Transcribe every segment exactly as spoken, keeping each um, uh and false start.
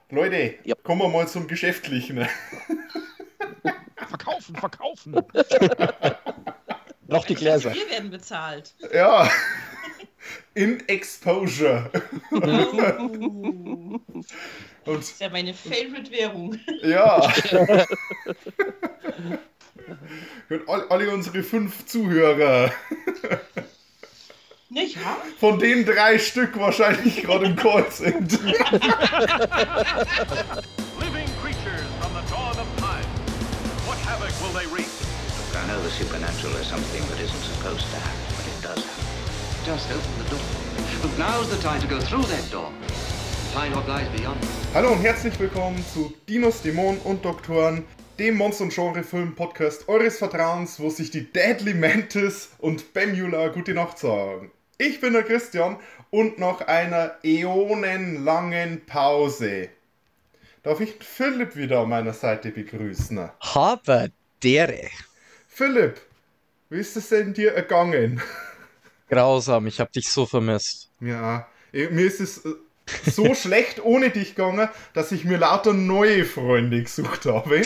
Leute, Ja. kommen wir mal zum Geschäftlichen. Verkaufen, verkaufen. Noch die Gläser. Wir werden bezahlt. Ja, in Exposure. Oh. Und Das ist ja meine Favorite-Währung. ja. Und all, alle unsere fünf Zuhörer, Nicht wahr? von denen drei Stück wahrscheinlich gerade im Call sind. Living creatures from the dawn of time. What havoc will they wreak? I know the supernatural is something that isn't supposed to happen, but it does happen. Just open the door. But now's the time to go through that door. Find what lies beyond. Hallo und herzlich willkommen zu Dinos, Dämonen und Doktoren, dem Monster- und Genre-Film-Podcast eures Vertrauens, wo sich die Deadly Mantis und Bemula gute Nacht sagen. Ich bin der Christian und nach einer äonenlangen Pause darf ich Philipp wieder an meiner Seite begrüßen. Aber dere. Philipp, wie ist es denn dir ergangen? Grausam, ich hab dich so vermisst. Ja, eh, mir ist es äh, so schlecht ohne dich gegangen, dass ich mir lauter neue Freunde gesucht habe.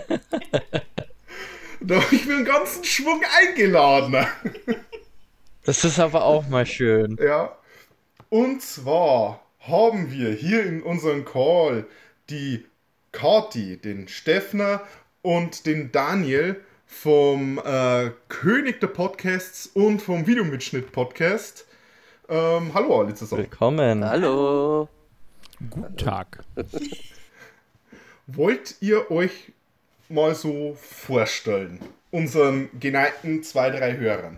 Da habe ich mir einen ganzen Schwung eingeladen. Das ist aber auch mal schön. Ja. Und zwar haben wir hier in unserem Call die Kati, den Steffner und den Daniel vom äh, König der Podcasts und vom Videomitschnitt-Podcast. Ähm, hallo alle zusammen. Willkommen. Hallo. Guten Tag. Wollt ihr euch mal so vorstellen, unseren geneigten zwei, drei Hörern?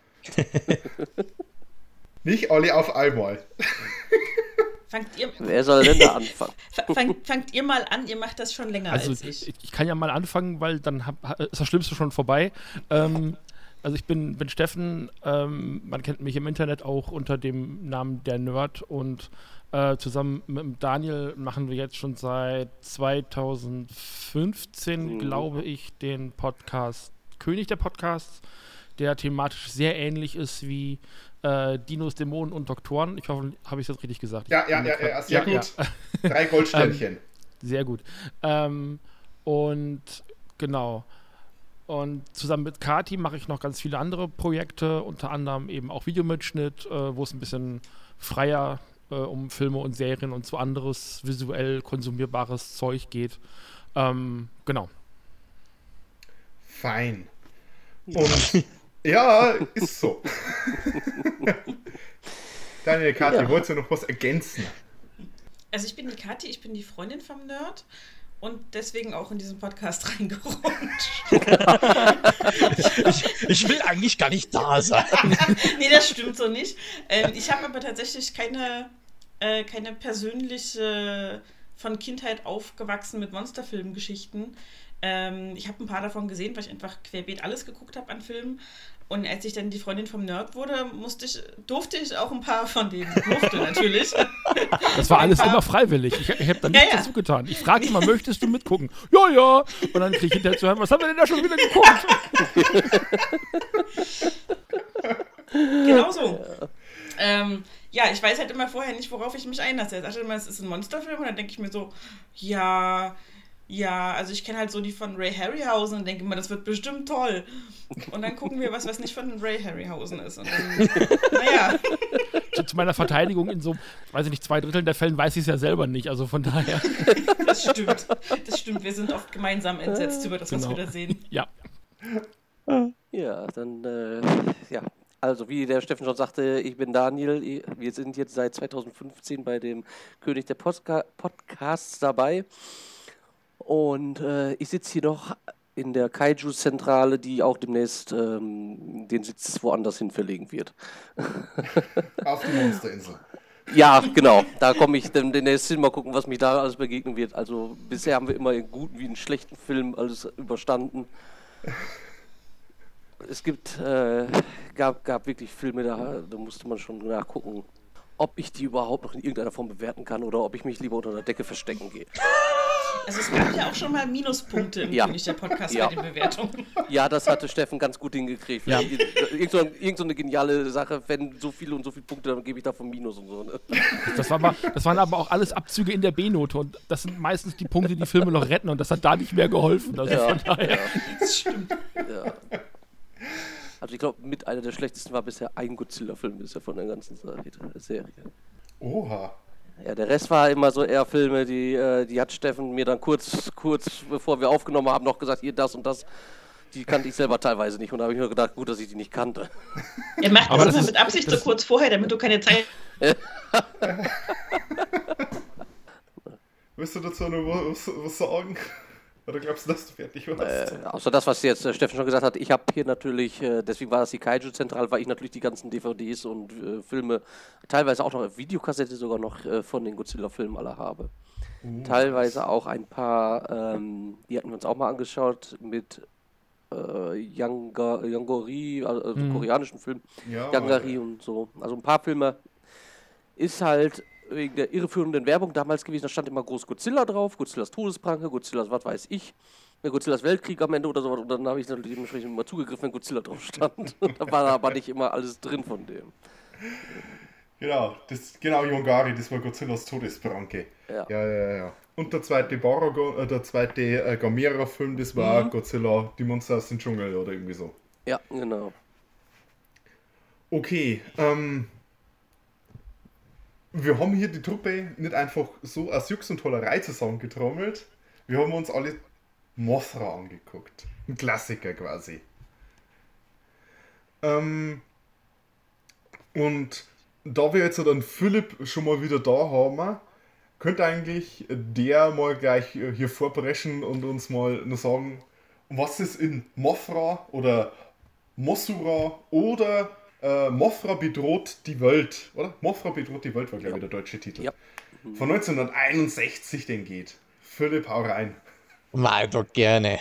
Nicht alle auf einmal. Fangt ihr, Wer soll denn da anfangen? fa- fangt, fangt ihr mal an, ihr macht das schon länger Also als ich. ich, ich kann ja mal anfangen, weil dann hab, ha- ist das Schlimmste schon vorbei. Ähm, also ich bin, bin Steffen, ähm, man kennt mich im Internet auch unter dem Namen Der Nerd und äh, zusammen mit dem Daniel machen wir jetzt schon seit zweitausendfünfzehn, Mhm. glaube ich, den Podcast König der Podcasts, der thematisch sehr ähnlich ist wie äh, Dinos, Dämonen und Doktoren. Ich hoffe, habe ich das richtig gesagt? Ja, Ich ja, bin ja, mir ja, grad- sehr gut. Drei Goldsternchen. Sehr gut. Ähm, und genau. Und zusammen mit Kati mache ich noch ganz viele andere Projekte, unter anderem eben auch Videomitschnitt, äh, wo es ein bisschen freier äh, um Filme und Serien und so anderes visuell konsumierbares Zeug geht. Ähm, genau. Fein. Und ja, ist so. Daniel, Kathi, Ja. wolltest du noch was ergänzen? Also ich bin die Kathi, ich bin die Freundin vom Nerd und deswegen auch in diesen Podcast reingerutscht. Ich, ich will eigentlich gar nicht da sein. Nee, das stimmt so nicht. Ähm, ich habe aber tatsächlich keine, äh, keine persönliche, von Kindheit aufgewachsen mit Monsterfilmgeschichten. Ähm, ich habe ein paar davon gesehen, weil ich einfach querbeet alles geguckt habe an Filmen. Und als ich dann die Freundin vom Nerd wurde, musste ich, durfte ich auch ein paar von denen. Durfte natürlich. Das war Ein alles paar- immer freiwillig. Ich, ich habe da Ja, nichts ja. dazu getan. Ich frage immer, möchtest du mitgucken? Ja, ja. Und dann kriege ich hinterher zu hören, was haben wir denn da schon wieder geguckt? Genau so. Ähm, ja, ich weiß halt immer vorher nicht, worauf ich mich einlasse. Er sagt immer, es ist ein Monsterfilm und dann denke ich mir so, ja, ja, also ich kenne halt so die von Ray Harryhausen und denke immer, das wird bestimmt toll. Und dann gucken wir was, was nicht von Ray Harryhausen ist. Und dann, naja, Zu, zu meiner Verteidigung in so, weiß ich nicht, zwei Dritteln der Fällen weiß ich es ja selber nicht. Also von daher, das stimmt. Das stimmt, wir sind oft gemeinsam entsetzt über das, was Genau. wir da sehen. ja. Ja, dann, äh, ja. Also, wie der Steffen schon sagte, ich bin Daniel. Ich- Wir sind jetzt seit zweitausendfünfzehn bei dem König der Postka- Podcasts dabei. Und äh, ich sitze hier noch in der Kaiju-Zentrale, die auch demnächst ähm, den Sitz woanders hin verlegen wird. Auf die Monsterinsel. Ja, genau. Da komme ich dann demnächst hin, mal gucken, was mich da alles begegnen wird. Also bisher haben wir immer in guten wie in schlechten Filmen alles überstanden. Es gibt, äh, gab, gab wirklich Filme, da, da musste man schon nachgucken, ob ich die überhaupt noch in irgendeiner Form bewerten kann oder ob ich mich lieber unter der Decke verstecken gehe. Also es gab ja auch schon mal Minuspunkte im Ja. König der Podcast Ja. bei den Bewertungen. Ja, das hatte Steffen ganz gut hingekriegt. Ja. Irgend so, irgend so eine geniale Sache, wenn so viele und so viele Punkte, dann gebe ich davon Minus und so. Ne? Das, war mal, das waren aber auch alles Abzüge in der B-Note und das sind meistens die Punkte, die Filme noch retten und das hat da nicht mehr geholfen. Also Ja. von daher. Das stimmt. Ja. Also ich glaube, mit einer der schlechtesten war bisher ein Godzilla-Film bisher von der ganzen Serie. Oha. Ja, der Rest war immer so eher Filme, die, äh, die hat Steffen mir dann kurz, kurz bevor wir aufgenommen haben, noch gesagt, hier das und das. Die kannte ich selber teilweise nicht und da habe ich mir gedacht, gut, dass ich die nicht kannte. Er macht Aber das das immer ist- mit Absicht so das- kurz vorher, damit du keine Zeit... Willst du dazu noch was, was sagen? Oder glaubst du, dass du fertig warst? Äh, außer das, was jetzt äh, Steffen schon gesagt hat, ich habe hier natürlich, äh, deswegen war das die Kaiju-Zentral, weil ich natürlich die ganzen D V Ds und äh, Filme, teilweise auch noch eine Videokassette sogar noch äh, von den Godzilla-Filmen alle habe. Uh, Teilweise auch ein paar, ähm, die hatten wir uns auch mal angeschaut mit äh, Yanga, Yangori, also Mhm. koreanischen Film, Ja, Yangari und so. Also ein paar Filme ist halt wegen der irreführenden Werbung damals gewesen, da stand immer groß Godzilla drauf, Godzillas Todespranke, Godzillas was weiß ich, ja, Godzillas Weltkrieg am Ende oder so, und dann habe ich natürlich dementsprechend immer zugegriffen, wenn Godzilla drauf stand. Da war aber nicht immer alles drin von dem. Genau, das, genau, Yongari, das war Godzillas Todespranke. Ja. Ja, ja, ja. Und der zweite Baragon, äh, der zweite äh, Gamera-Film, das war Mhm. Godzilla, die Monster aus dem Dschungel oder irgendwie so. Ja, genau. Okay, ähm, wir haben hier die Truppe nicht einfach so aus Jux und Tollerei zusammengetrommelt. Wir haben uns alle Mothra angeguckt. Ein Klassiker quasi. Ähm, und da wir jetzt dann Philipp schon mal wieder da haben, könnte eigentlich der mal gleich hier vorpreschen und uns mal nur sagen, was ist in Mothra oder Mosura oder äh, Mothra bedroht die Welt, oder? Mothra bedroht die Welt war, glaube ich, der deutsche Titel. Ja. Von neunzehnhunderteinundsechzig den geht. Philipp, hau rein. Mal doch gerne.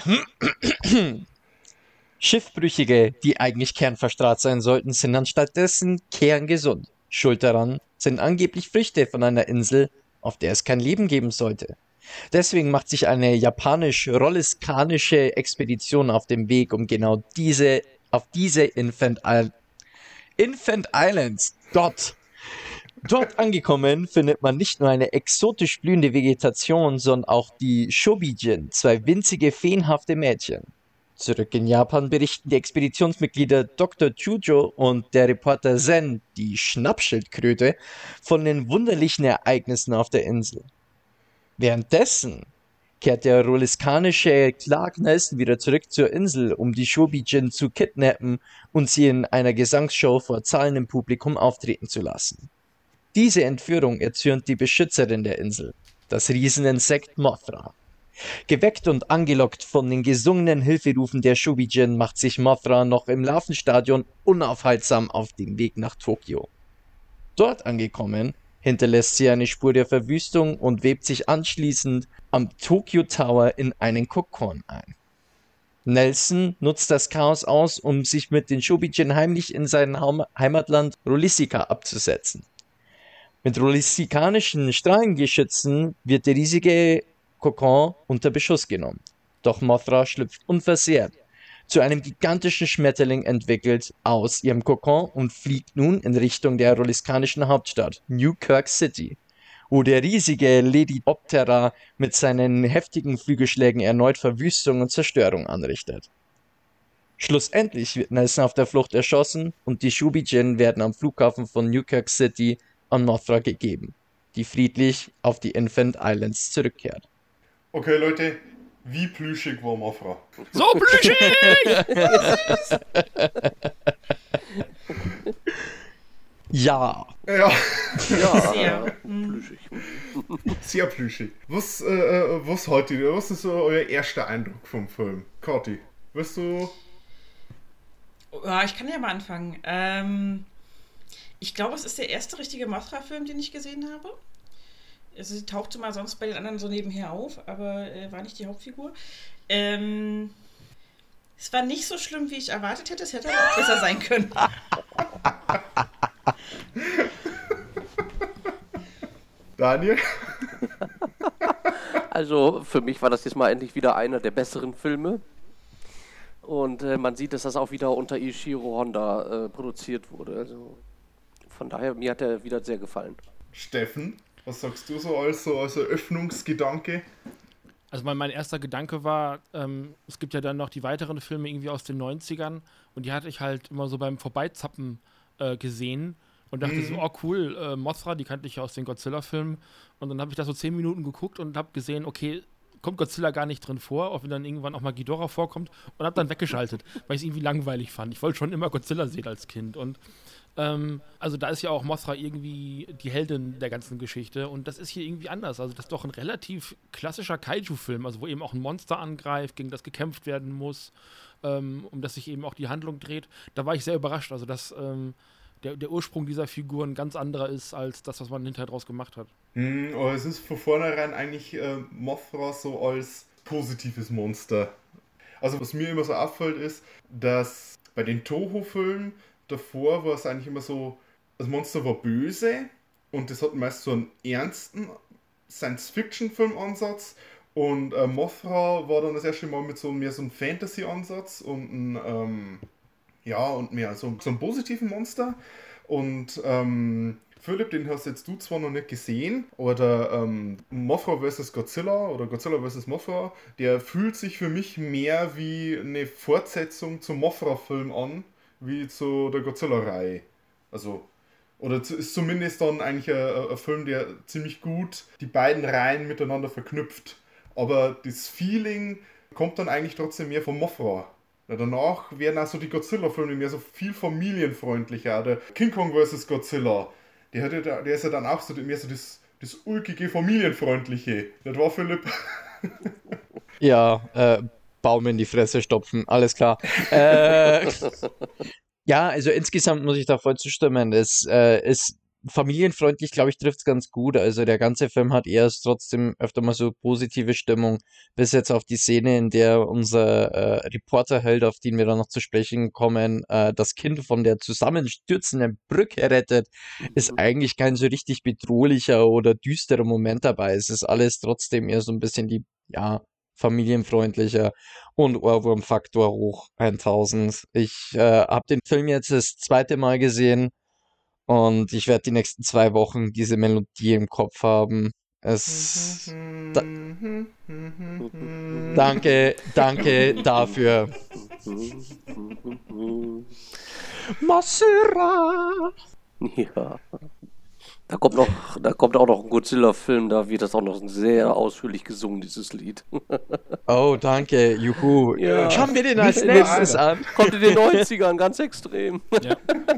Schiffbrüchige, die eigentlich kernverstrahlt sein sollten, sind anstattdessen kerngesund. Schuld daran sind angeblich Früchte von einer Insel, auf der es kein Leben geben sollte. Deswegen macht sich eine japanisch-rolliskanische Expedition auf den Weg, um genau diese, auf diese Infant, Isl- Infant Islands, Gott. Dort angekommen findet man nicht nur eine exotisch blühende Vegetation, sondern auch die Shobijin, zwei winzige, feenhafte Mädchen. Zurück in Japan berichten die Expeditionsmitglieder Doktor Chujo und der Reporter Zen, die Schnappschildkröte, von den wunderlichen Ereignissen auf der Insel. Währenddessen kehrt der rolliskanische Clark Nelson wieder zurück zur Insel, um die Shobijin zu kidnappen und sie in einer Gesangsshow vor zahlendem Publikum auftreten zu lassen. Diese Entführung erzürnt die Beschützerin der Insel, das Rieseninsekt Mothra. Geweckt und angelockt von den gesungenen Hilferufen der Shobijin macht sich Mothra noch im Larvenstadion unaufhaltsam auf den Weg nach Tokio. Dort angekommen, hinterlässt sie eine Spur der Verwüstung und webt sich anschließend am Tokyo Tower in einen Kokon ein. Nelson nutzt das Chaos aus, um sich mit den Shobijin heimlich in sein Heim- Heimatland Rollisika abzusetzen. Mit rollissikanischen Strahlengeschützen wird der riesige Kokon unter Beschuss genommen. Doch Mothra schlüpft unversehrt, zu einem gigantischen Schmetterling entwickelt, aus ihrem Kokon und fliegt nun in Richtung der rolliskanischen Hauptstadt, New Kirk City, wo der riesige Lepidoptera mit seinen heftigen Flügelschlägen erneut Verwüstung und Zerstörung anrichtet. Schlussendlich wird Nelson auf der Flucht erschossen und die Shobijin werden am Flughafen von New Kirk City an Mothra gegeben, die friedlich auf die Infant Islands zurückkehrt. Okay, Leute, wie plüschig war Mothra? So plüschig! Ja, Ja, Ja, Sehr. äh, plüschig. sehr plüschig. Was, äh, äh, was haltet ihr? Was ist so euer erster Eindruck vom Film? Kathi, weißt du? Ja, ich kann ja mal anfangen. Ähm, ich glaube, es ist der erste richtige Mothra-Film, den ich gesehen habe. Also sie tauchte mal sonst bei den anderen so nebenher auf, aber äh, war nicht die Hauptfigur. Ähm, es war nicht so schlimm, wie ich erwartet hätte. Es hätte aber auch besser sein können. Daniel? Also für mich war das jetzt mal endlich wieder einer der besseren Filme. Und äh, man sieht, dass das auch wieder unter Ishiro Honda äh, produziert wurde. Also von daher, mir hat er wieder sehr gefallen. Steffen, was sagst du so als, so als Eröffnungsgedanke? Also mein, mein erster Gedanke war, ähm, es gibt ja dann noch die weiteren Filme irgendwie aus den neunzigern und die hatte ich halt immer so beim Vorbeizappen äh, gesehen und dachte Mhm. so, oh cool, äh, Mothra, die kannte ich ja aus den Godzilla-Filmen und dann habe ich da so zehn Minuten geguckt und habe gesehen, okay, kommt Godzilla gar nicht drin vor, auch wenn dann irgendwann auch mal Ghidorah vorkommt und habe dann weggeschaltet, weil ich es irgendwie langweilig fand. Ich wollte schon immer Godzilla sehen als Kind und ähm, also da ist ja auch Mothra irgendwie die Heldin der ganzen Geschichte und das ist hier irgendwie anders. Also das ist doch ein relativ klassischer Kaiju-Film, also wo eben auch ein Monster angreift, gegen das gekämpft werden muss, ähm, um das sich eben auch die Handlung dreht. Da war ich sehr überrascht, also dass ähm, der, der Ursprung dieser Figur ein ganz anderer ist als das, was man hinterher draus gemacht hat. Mhm, aber es ist von vornherein eigentlich äh, Mothra so als positives Monster. Also was mir immer so auffällt ist, dass bei den Toho-Filmen davor war es eigentlich immer so, das Monster war böse und das hat meist so einen ernsten Science-Fiction-Film-Ansatz und äh, Mothra war dann das erste Mal mit so mehr so einem Fantasy-Ansatz und ein, ähm, ja, und mehr so, so einem positiven Monster und ähm, Philipp, den hast jetzt du zwar noch nicht gesehen, oder ähm, Mothra versus. Godzilla oder Godzilla versus. Mothra, der fühlt sich für mich mehr wie eine Fortsetzung zum Mothra-Film an, wie zu der Godzilla-Reihe. Also, oder zu, ist zumindest dann eigentlich ein, ein Film, der ziemlich gut die beiden Reihen miteinander verknüpft. Aber das Feeling kommt dann eigentlich trotzdem mehr von Mothra. Ja, danach werden auch so die Godzilla-Filme mehr so viel familienfreundlicher. Der King Kong versus. Godzilla, der, hat ja, da- der ist ja dann auch so mehr so das, das ulkige, familienfreundliche. Das war Philipp. Ja, äh, Baum in die Fresse stopfen, alles klar. Äh, ja, also insgesamt muss ich da voll zustimmen. Es äh, ist familienfreundlich, glaube ich, trifft es ganz gut. Also der ganze Film hat eher trotzdem öfter mal so positive Stimmung, bis jetzt auf die Szene, in der unser äh, Reporterheld, auf den wir dann noch zu sprechen kommen, äh, das Kind von der zusammenstürzenden Brücke rettet, ist eigentlich kein so richtig bedrohlicher oder düsterer Moment dabei. Es ist alles trotzdem eher so ein bisschen die, ja, familienfreundlicher und Ohrwurmfaktor hoch tausend. Ich äh, habe den Film jetzt das zweite Mal gesehen und ich werde die nächsten zwei Wochen diese Melodie im Kopf haben. Es. Da, danke, danke dafür. Masera! Ja. Da kommt noch, da kommt auch noch ein Godzilla-Film, da wird das auch noch sehr ausführlich gesungen, dieses Lied. Oh, danke, juhu. Ja. Schauen wir den als Nicht nächstes mal an. Kommt in den neunzigern, ganz extrem. Ja.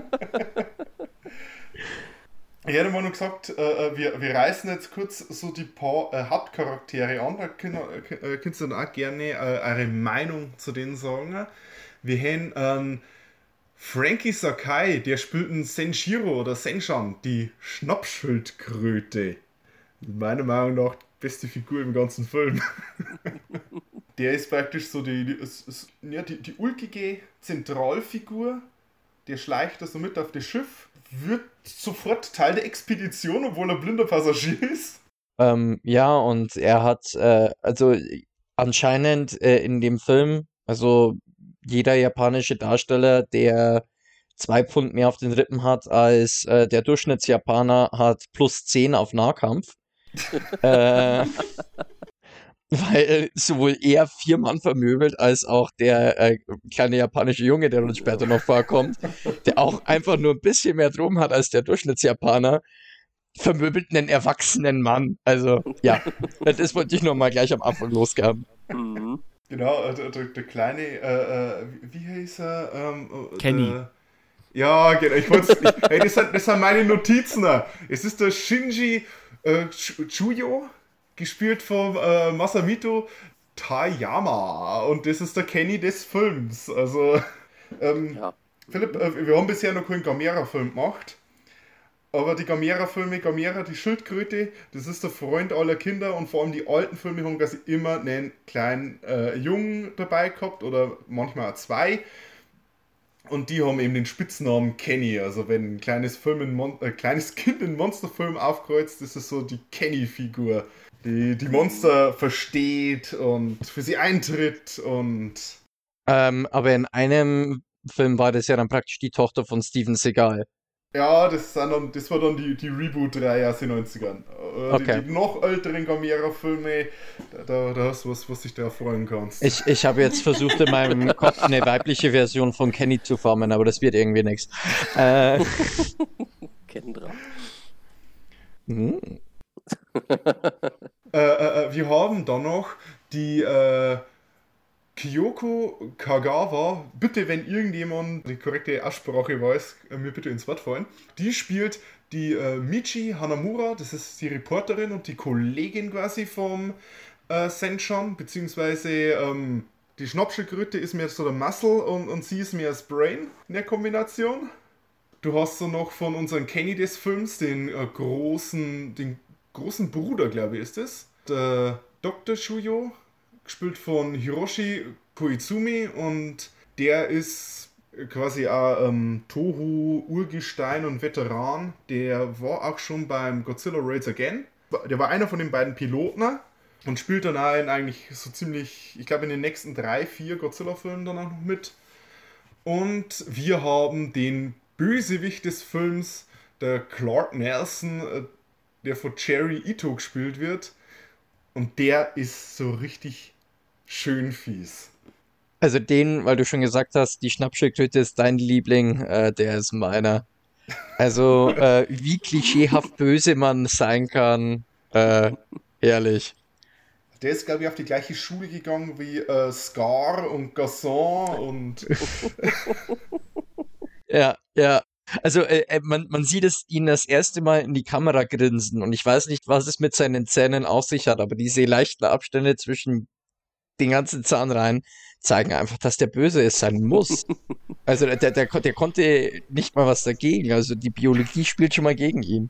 Ich hätte mal noch gesagt, äh, wir, wir reißen jetzt kurz so die paar äh, Hauptcharaktere an. Da könnt ihr, äh, könnt ihr dann auch gerne äh, eure Meinung zu denen sagen. Wir haben ähm, Frankie Sakai, der spielt einen Senshiro oder Senshan, die Schnappschildkröte. Meiner Meinung nach die beste Figur im ganzen Film. Der ist praktisch so die, die, ist, ist, ja, die, die ulkige Zentralfigur. Der schleicht also mit auf das Schiff, wird sofort Teil der Expedition, obwohl er blinder Passagier ist. Ähm, ja, und er hat, äh, also anscheinend äh, in dem Film, also jeder japanische Darsteller, der zwei Pfund mehr auf den Rippen hat als äh, der Durchschnittsjapaner, hat plus zehn auf Nahkampf. äh, weil sowohl er vier Mann vermöbelt, als auch der äh, kleine japanische Junge, der uns später noch vorkommt, der auch einfach nur ein bisschen mehr drum hat als der Durchschnittsjapaner, vermöbelt einen erwachsenen Mann. Also, ja, das wollte ich noch mal gleich am Anfang losgaben. Mhm. Genau, äh, der, der, der kleine, äh, äh, wie wie hieß er? Ähm, äh, Kenny. Der, ja, genau, ich wollte es. Hey, das, sind- das sind meine Notizen. Es ist der Shinji äh, Chu- Chuyo, gespielt von äh, Masamito Tayama. Und das ist der Kenny des Films. Also, ähm, Ja. Philipp, äh, wir haben bisher noch keinen Gamera-Film gemacht. Aber die Gamera-Filme, Gamera, die Schildkröte, das ist der Freund aller Kinder und vor allem die alten Filme haben quasi immer einen kleinen äh, Jungen dabei gehabt oder manchmal auch zwei. Und die haben eben den Spitznamen Kenny. Also wenn ein kleines, Film in Mon äh, kleines Kind in Monsterfilm aufkreuzt, ist es so die Kenny-Figur. die die Monster versteht und für sie eintritt und... Ähm, aber in einem Film war das ja dann praktisch die Tochter von Steven Seagal. Ja, das, sind dann, das war dann die, die Reboot-Reihe aus den neunzigern. Äh, Okay. Die, die noch älteren Gamera-Filme, da, da, da hast du was, was dich drauf freuen kannst. Ich, ich habe jetzt versucht, in meinem Kopf eine weibliche Version von Kenny zu formen, aber das wird irgendwie nichts. Äh, Kendra. hm. Äh, äh, äh, wir haben dann noch die äh, Kyoko Kagawa. Bitte, wenn irgendjemand die korrekte Aussprache weiß, äh, mir bitte ins Wort fallen. Die spielt die äh, Michi Hanamura, das ist die Reporterin und die Kollegin quasi vom äh, Senchan, beziehungsweise ähm, die Schnappschildkröte ist mehr so der Muscle und, und sie ist mehr das Brain in der Kombination. Du hast so noch von unseren Kenny des Films den äh, großen, den großen Bruder, glaube ich, ist es. Der Doktor Shuyo, gespielt von Hiroshi Koizumi, und der ist quasi auch ähm, Toho-Urgestein und Veteran. Der war auch schon beim Godzilla Raids Again. Der war einer von den beiden Piloten und spielt dann auch in eigentlich so ziemlich, ich glaube in den nächsten drei, vier Godzilla-Filmen dann auch noch mit. Und wir haben den Bösewicht des Films, der Clark Nelson, äh, der von Jerry Ito gespielt wird. Und der ist so richtig schön fies. Also den, weil du schon gesagt hast, die Schnappschildkröte ist dein Liebling, äh, der ist meiner. Also äh, wie klischeehaft böse man sein kann, äh, ehrlich. Der ist, glaube ich, auf die gleiche Schule gegangen wie äh, Scar und Gasson und... Ja, ja. Also äh, äh, man, man sieht es ihn das erste Mal in die Kamera grinsen und ich weiß nicht, was es mit seinen Zähnen auf sich hat, aber diese leichten Abstände zwischen den ganzen Zahnreihen zeigen einfach, dass der böse ist sein muss. Also der, der, der konnte nicht mal was dagegen, also die Biologie spielt schon mal gegen ihn.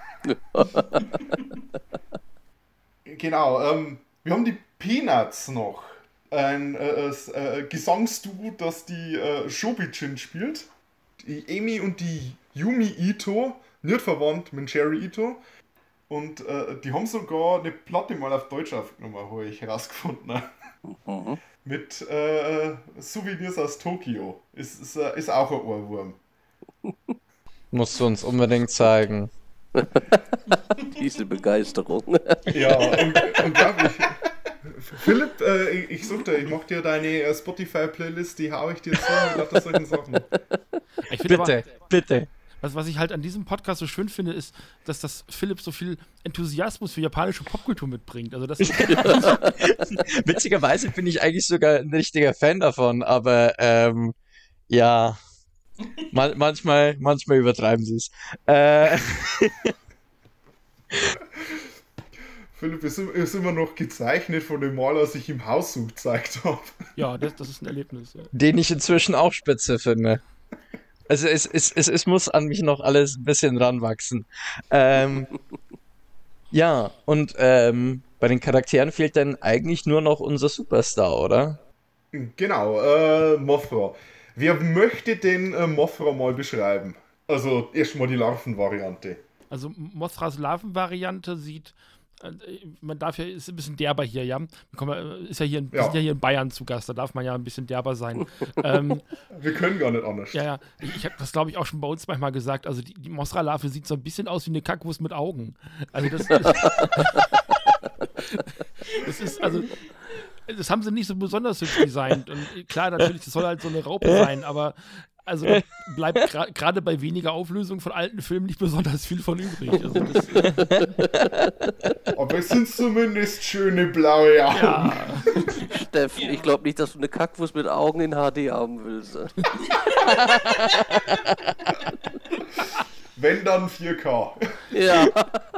Genau, ähm, wir haben die Peanuts noch. Ein äh, äh, Gesangsduo, das die äh, Shobichin spielt. Die Amy und die Yumi Ito, nicht verwandt mit Jerry Ito. Und äh, die haben sogar eine Platte mal auf Deutsch aufgenommen, habe ich herausgefunden. Mhm. Mit äh, Souvenirs aus Tokio. Ist, ist, äh, ist auch ein Ohrwurm. Musst du uns unbedingt zeigen. Diese Begeisterung. Ja, un unglaublich. Philipp, äh, ich, ich such dir, ich mach dir deine äh, Spotify-Playlist, die hau ich dir zu mit lauter solchen Sachen. Ich finde Bitte, aber, bitte. was, was ich halt an diesem Podcast so schön finde, ist, dass das Philipp so viel Enthusiasmus für japanische Popkultur mitbringt. Also das Witzigerweise bin ich eigentlich sogar ein richtiger Fan davon, aber ähm, ja, man manchmal, manchmal übertreiben sie es. Äh, Philipp ist, ist immer noch gezeichnet von dem Maler, das ich im Haussuch gezeigt habe. ja, das, das ist ein Erlebnis. Ja. den ich inzwischen auch spitze finde. Also es, es, es, es muss an mich noch alles ein bisschen ranwachsen. Ähm, ja, und ähm, bei den Charakteren fehlt dann eigentlich nur noch unser Superstar, oder? Genau, äh, Mothra. Wer möchte den äh, Mothra mal beschreiben? Also erstmal die Larvenvariante. Also Mothras Larvenvariante sieht, äh, man darf ja, ist ein bisschen derber hier, ja. Wir kommen, ist ja hier, in, wir Ja. sind ja hier in Bayern zu Gast, da darf man ja ein bisschen derber sein. ähm, Wir können gar nicht anders. ja, ja, ich, ich habe das, glaube ich, auch schon bei uns manchmal gesagt. Also die, die Mothra-Larve sieht so ein bisschen aus wie eine Kackwurst mit Augen. Also das, das, das ist, also das haben sie nicht so besonders hübsch designt. Und klar, natürlich, das soll halt so eine Raupe sein, aber also da bleibt gerade gra bei weniger Auflösung von alten Filmen nicht besonders viel von übrig. Also das, Aber es sind zumindest schöne blaue Augen. ja, Steff, ich glaube nicht, dass du eine Kackwurst mit Augen in H D haben willst. Wenn dann vier K. Ja.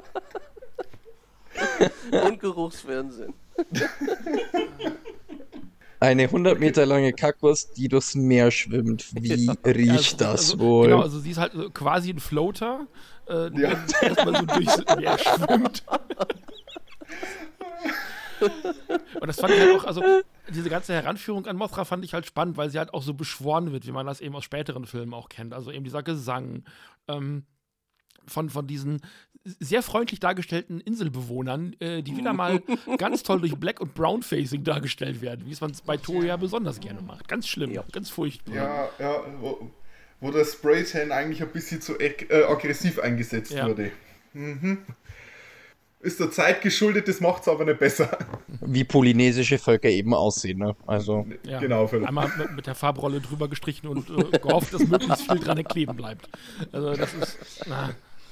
Und Geruchsfernsehen. Eine hundert Meter lange Kackwurst, die durchs Meer schwimmt. Wie riecht also, das also, wohl? Genau, also sie ist halt so quasi ein Floater, äh, der Ja. erstmal so durchs Meer schwimmt. Und das fand ich halt auch, also diese ganze Heranführung an Mothra fand ich halt spannend, weil sie halt auch so beschworen wird, wie man das eben aus späteren Filmen auch kennt. Also eben dieser Gesang. Ähm, von, von diesen sehr freundlich dargestellten Inselbewohnern, äh, die wieder mal ganz toll durch Black- und Brown-Facing dargestellt werden, wie es man bei Toyo ja besonders gerne macht. Ganz schlimm, Ja. ganz furchtbar. Ja, ja, wo, wo der Spraytan eigentlich ein bisschen zu ag- äh, aggressiv eingesetzt Ja. wurde. Mhm. Ist der Zeit geschuldet, das macht es aber nicht besser. Wie polynesische Völker eben aussehen, ne? Also, Ja. Genau, Philipp. Einmal mit, mit der Farbrolle drüber gestrichen und äh, gehofft, dass möglichst viel dran kleben bleibt. Also das ist... Na,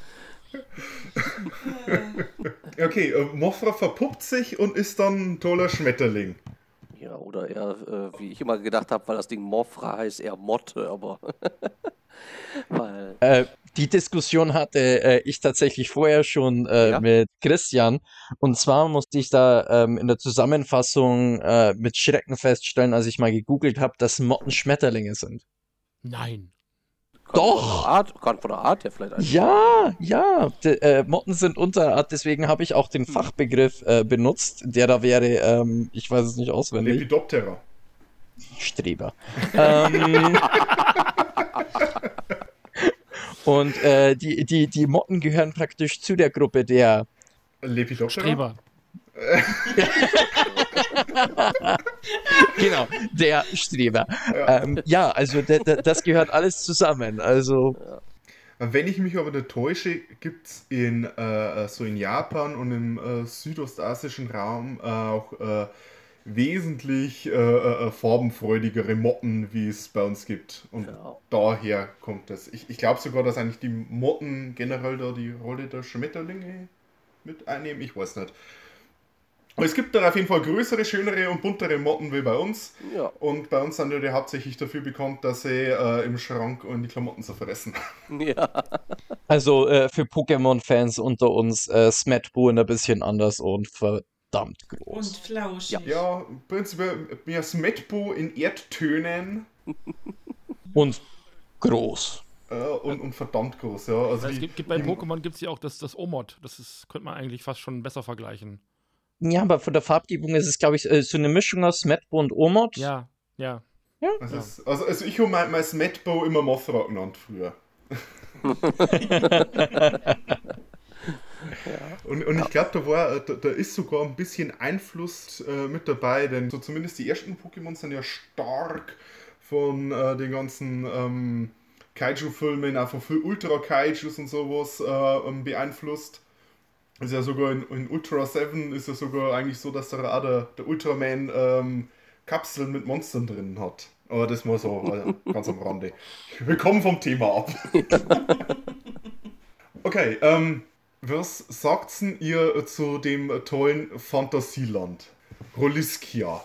Okay, äh, Mothra verpuppt sich und ist dann ein toller Schmetterling. Ja, oder eher, äh, wie ich immer gedacht habe, weil das Ding Mothra heißt, eher Motte, aber. weil. äh, die Diskussion hatte äh, ich tatsächlich vorher schon äh, Ja? mit Christian. Und zwar musste ich da ähm, in der Zusammenfassung äh, mit Schrecken feststellen, als ich mal gegoogelt habe, dass Motten Schmetterlinge sind. nein. Kann Doch! Von der Art, kann von der Art her vielleicht eigentlich. Ja, ja, d- äh, Motten sind Unterart, deswegen habe ich auch den Fachbegriff äh, benutzt, der da wäre, ähm, ich weiß es nicht auswendig, Lepidoptera. Streber. ähm, und äh, die, die, die Motten gehören praktisch zu der Gruppe der, Lepidoptera? Streber. genau, der Streber. Ja, ähm, ja also d- d- das gehört alles zusammen, also... Wenn ich mich aber nicht täusche, gibt es in, äh, so in Japan und im äh, südostasischen Raum äh, auch äh, wesentlich äh, äh, farbenfreudigere Motten, wie es bei uns gibt. Und Ja. daher kommt das. Ich, ich glaube sogar, dass eigentlich die Motten generell da die Rolle der Schmetterlinge mit einnehmen. Ich weiß nicht. Aber es gibt da auf jeden Fall größere, schönere und buntere Motten wie bei uns. Ja. Und bei uns sind die hauptsächlich dafür bekannt, dass sie äh, im Schrank und die Klamotten zerfressen. Ja. Also äh, für Pokémon-Fans unter uns, äh, Smetbo ein bisschen anders und verdammt Und groß. flauschig. Ja, prinzipiell mehr Smetbo in Erdtönen Und groß. äh, und, und verdammt groß. Ja. Also Es die, gibt, gibt bei die, Pokémon gibt es ja auch das, das Omod. Das ist, könnte man eigentlich fast schon besser vergleichen. Ja, aber von der Farbgebung ist es, glaube ich, äh, so eine Mischung aus Smetbo und Omod. Ja, ja. Also, es, also, also ich habe mein, mein Smetbo immer Mothra genannt früher. Und, und ich glaube, da war, da, da ist sogar ein bisschen Einfluss äh, mit dabei, denn so zumindest die ersten Pokémon sind ja stark von äh, den ganzen ähm, Kaiju-Filmen, auch von viel Ultra-Kaijus und sowas äh, ähm, beeinflusst. Ist ja sogar in, in Ultra sieben ist ja sogar eigentlich so, dass da auch der, der Ultraman ähm, Kapseln mit Monstern drin hat. Aber das mal so äh, ganz am Rande. Wir kommen vom Thema ab. Okay, ähm, was sagt denn ihr zu dem tollen Fantasieland? Roliskia.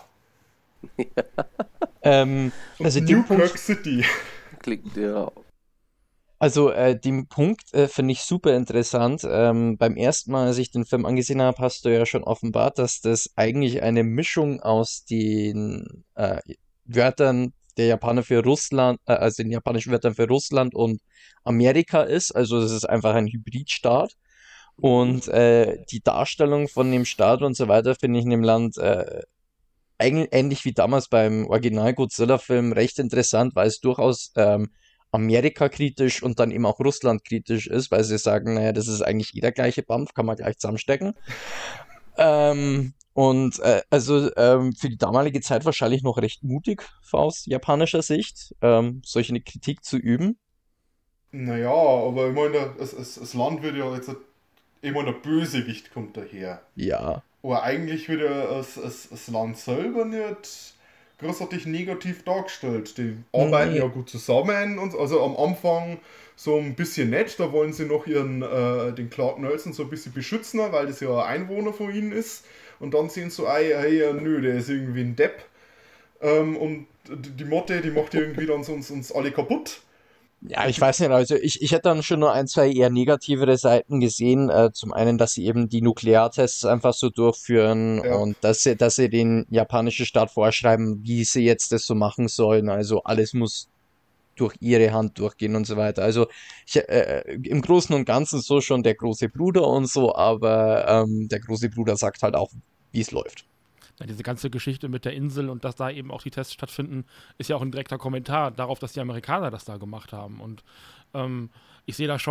Ähm, also den New Punkt, Kirk City. Klingt ja. also äh, den Punkt äh, finde ich super interessant. Ähm, beim ersten Mal, als ich den Film angesehen habe, hast du ja schon offenbart, dass das eigentlich eine Mischung aus den äh, Wörtern der Japaner für Russland, äh, also den japanischen Wörtern für Russland und Amerika ist. Also es ist einfach ein Hybridstaat. Und äh, die Darstellung von dem Staat und so weiter finde ich in dem Land äh, eigentlich ähnlich wie damals beim Original Godzilla-Film recht interessant, weil es durchaus ähm, Amerika-kritisch und dann eben auch Russland-kritisch ist, weil sie sagen, naja, das ist eigentlich eh der gleiche Bampf, kann man gleich zusammenstecken. ähm, und äh, also ähm, für die damalige Zeit wahrscheinlich noch recht mutig aus japanischer Sicht, ähm, solche eine Kritik zu üben. Naja, aber ich meine, das, das, das Land wird ja jetzt immer der Bösewicht kommt daher. Ja. Aber eigentlich wird ja das, das, das Land selber nicht großartig negativ dargestellt. Die arbeiten Nee. ja gut zusammen und also am Anfang so ein bisschen nett, da wollen sie noch ihren äh, den Clark Nelson so ein bisschen beschützen, weil das ja ein Einwohner von ihnen ist. Und dann sehen sie so, ey, hey, nö, der ist irgendwie ein Depp. Ähm, und die Motte, die macht irgendwie dann uns, uns alle kaputt. Ja, ich weiß nicht, also ich, ich hätte dann schon nur ein, zwei eher negativere Seiten gesehen. Äh, zum einen, dass sie eben die Nukleartests einfach so durchführen Ja. und dass sie, dass sie den japanischen Staat vorschreiben, wie sie jetzt das so machen sollen. Also alles muss durch ihre Hand durchgehen und so weiter. Also ich, äh, im Großen und Ganzen so schon der große Bruder und so, aber ähm, der große Bruder sagt halt auch, wie es läuft. Ja, diese ganze Geschichte mit der Insel und dass da eben auch die Tests stattfinden, ist ja auch ein direkter Kommentar darauf, dass die Amerikaner das da gemacht haben. Und ähm, ich sehe da schon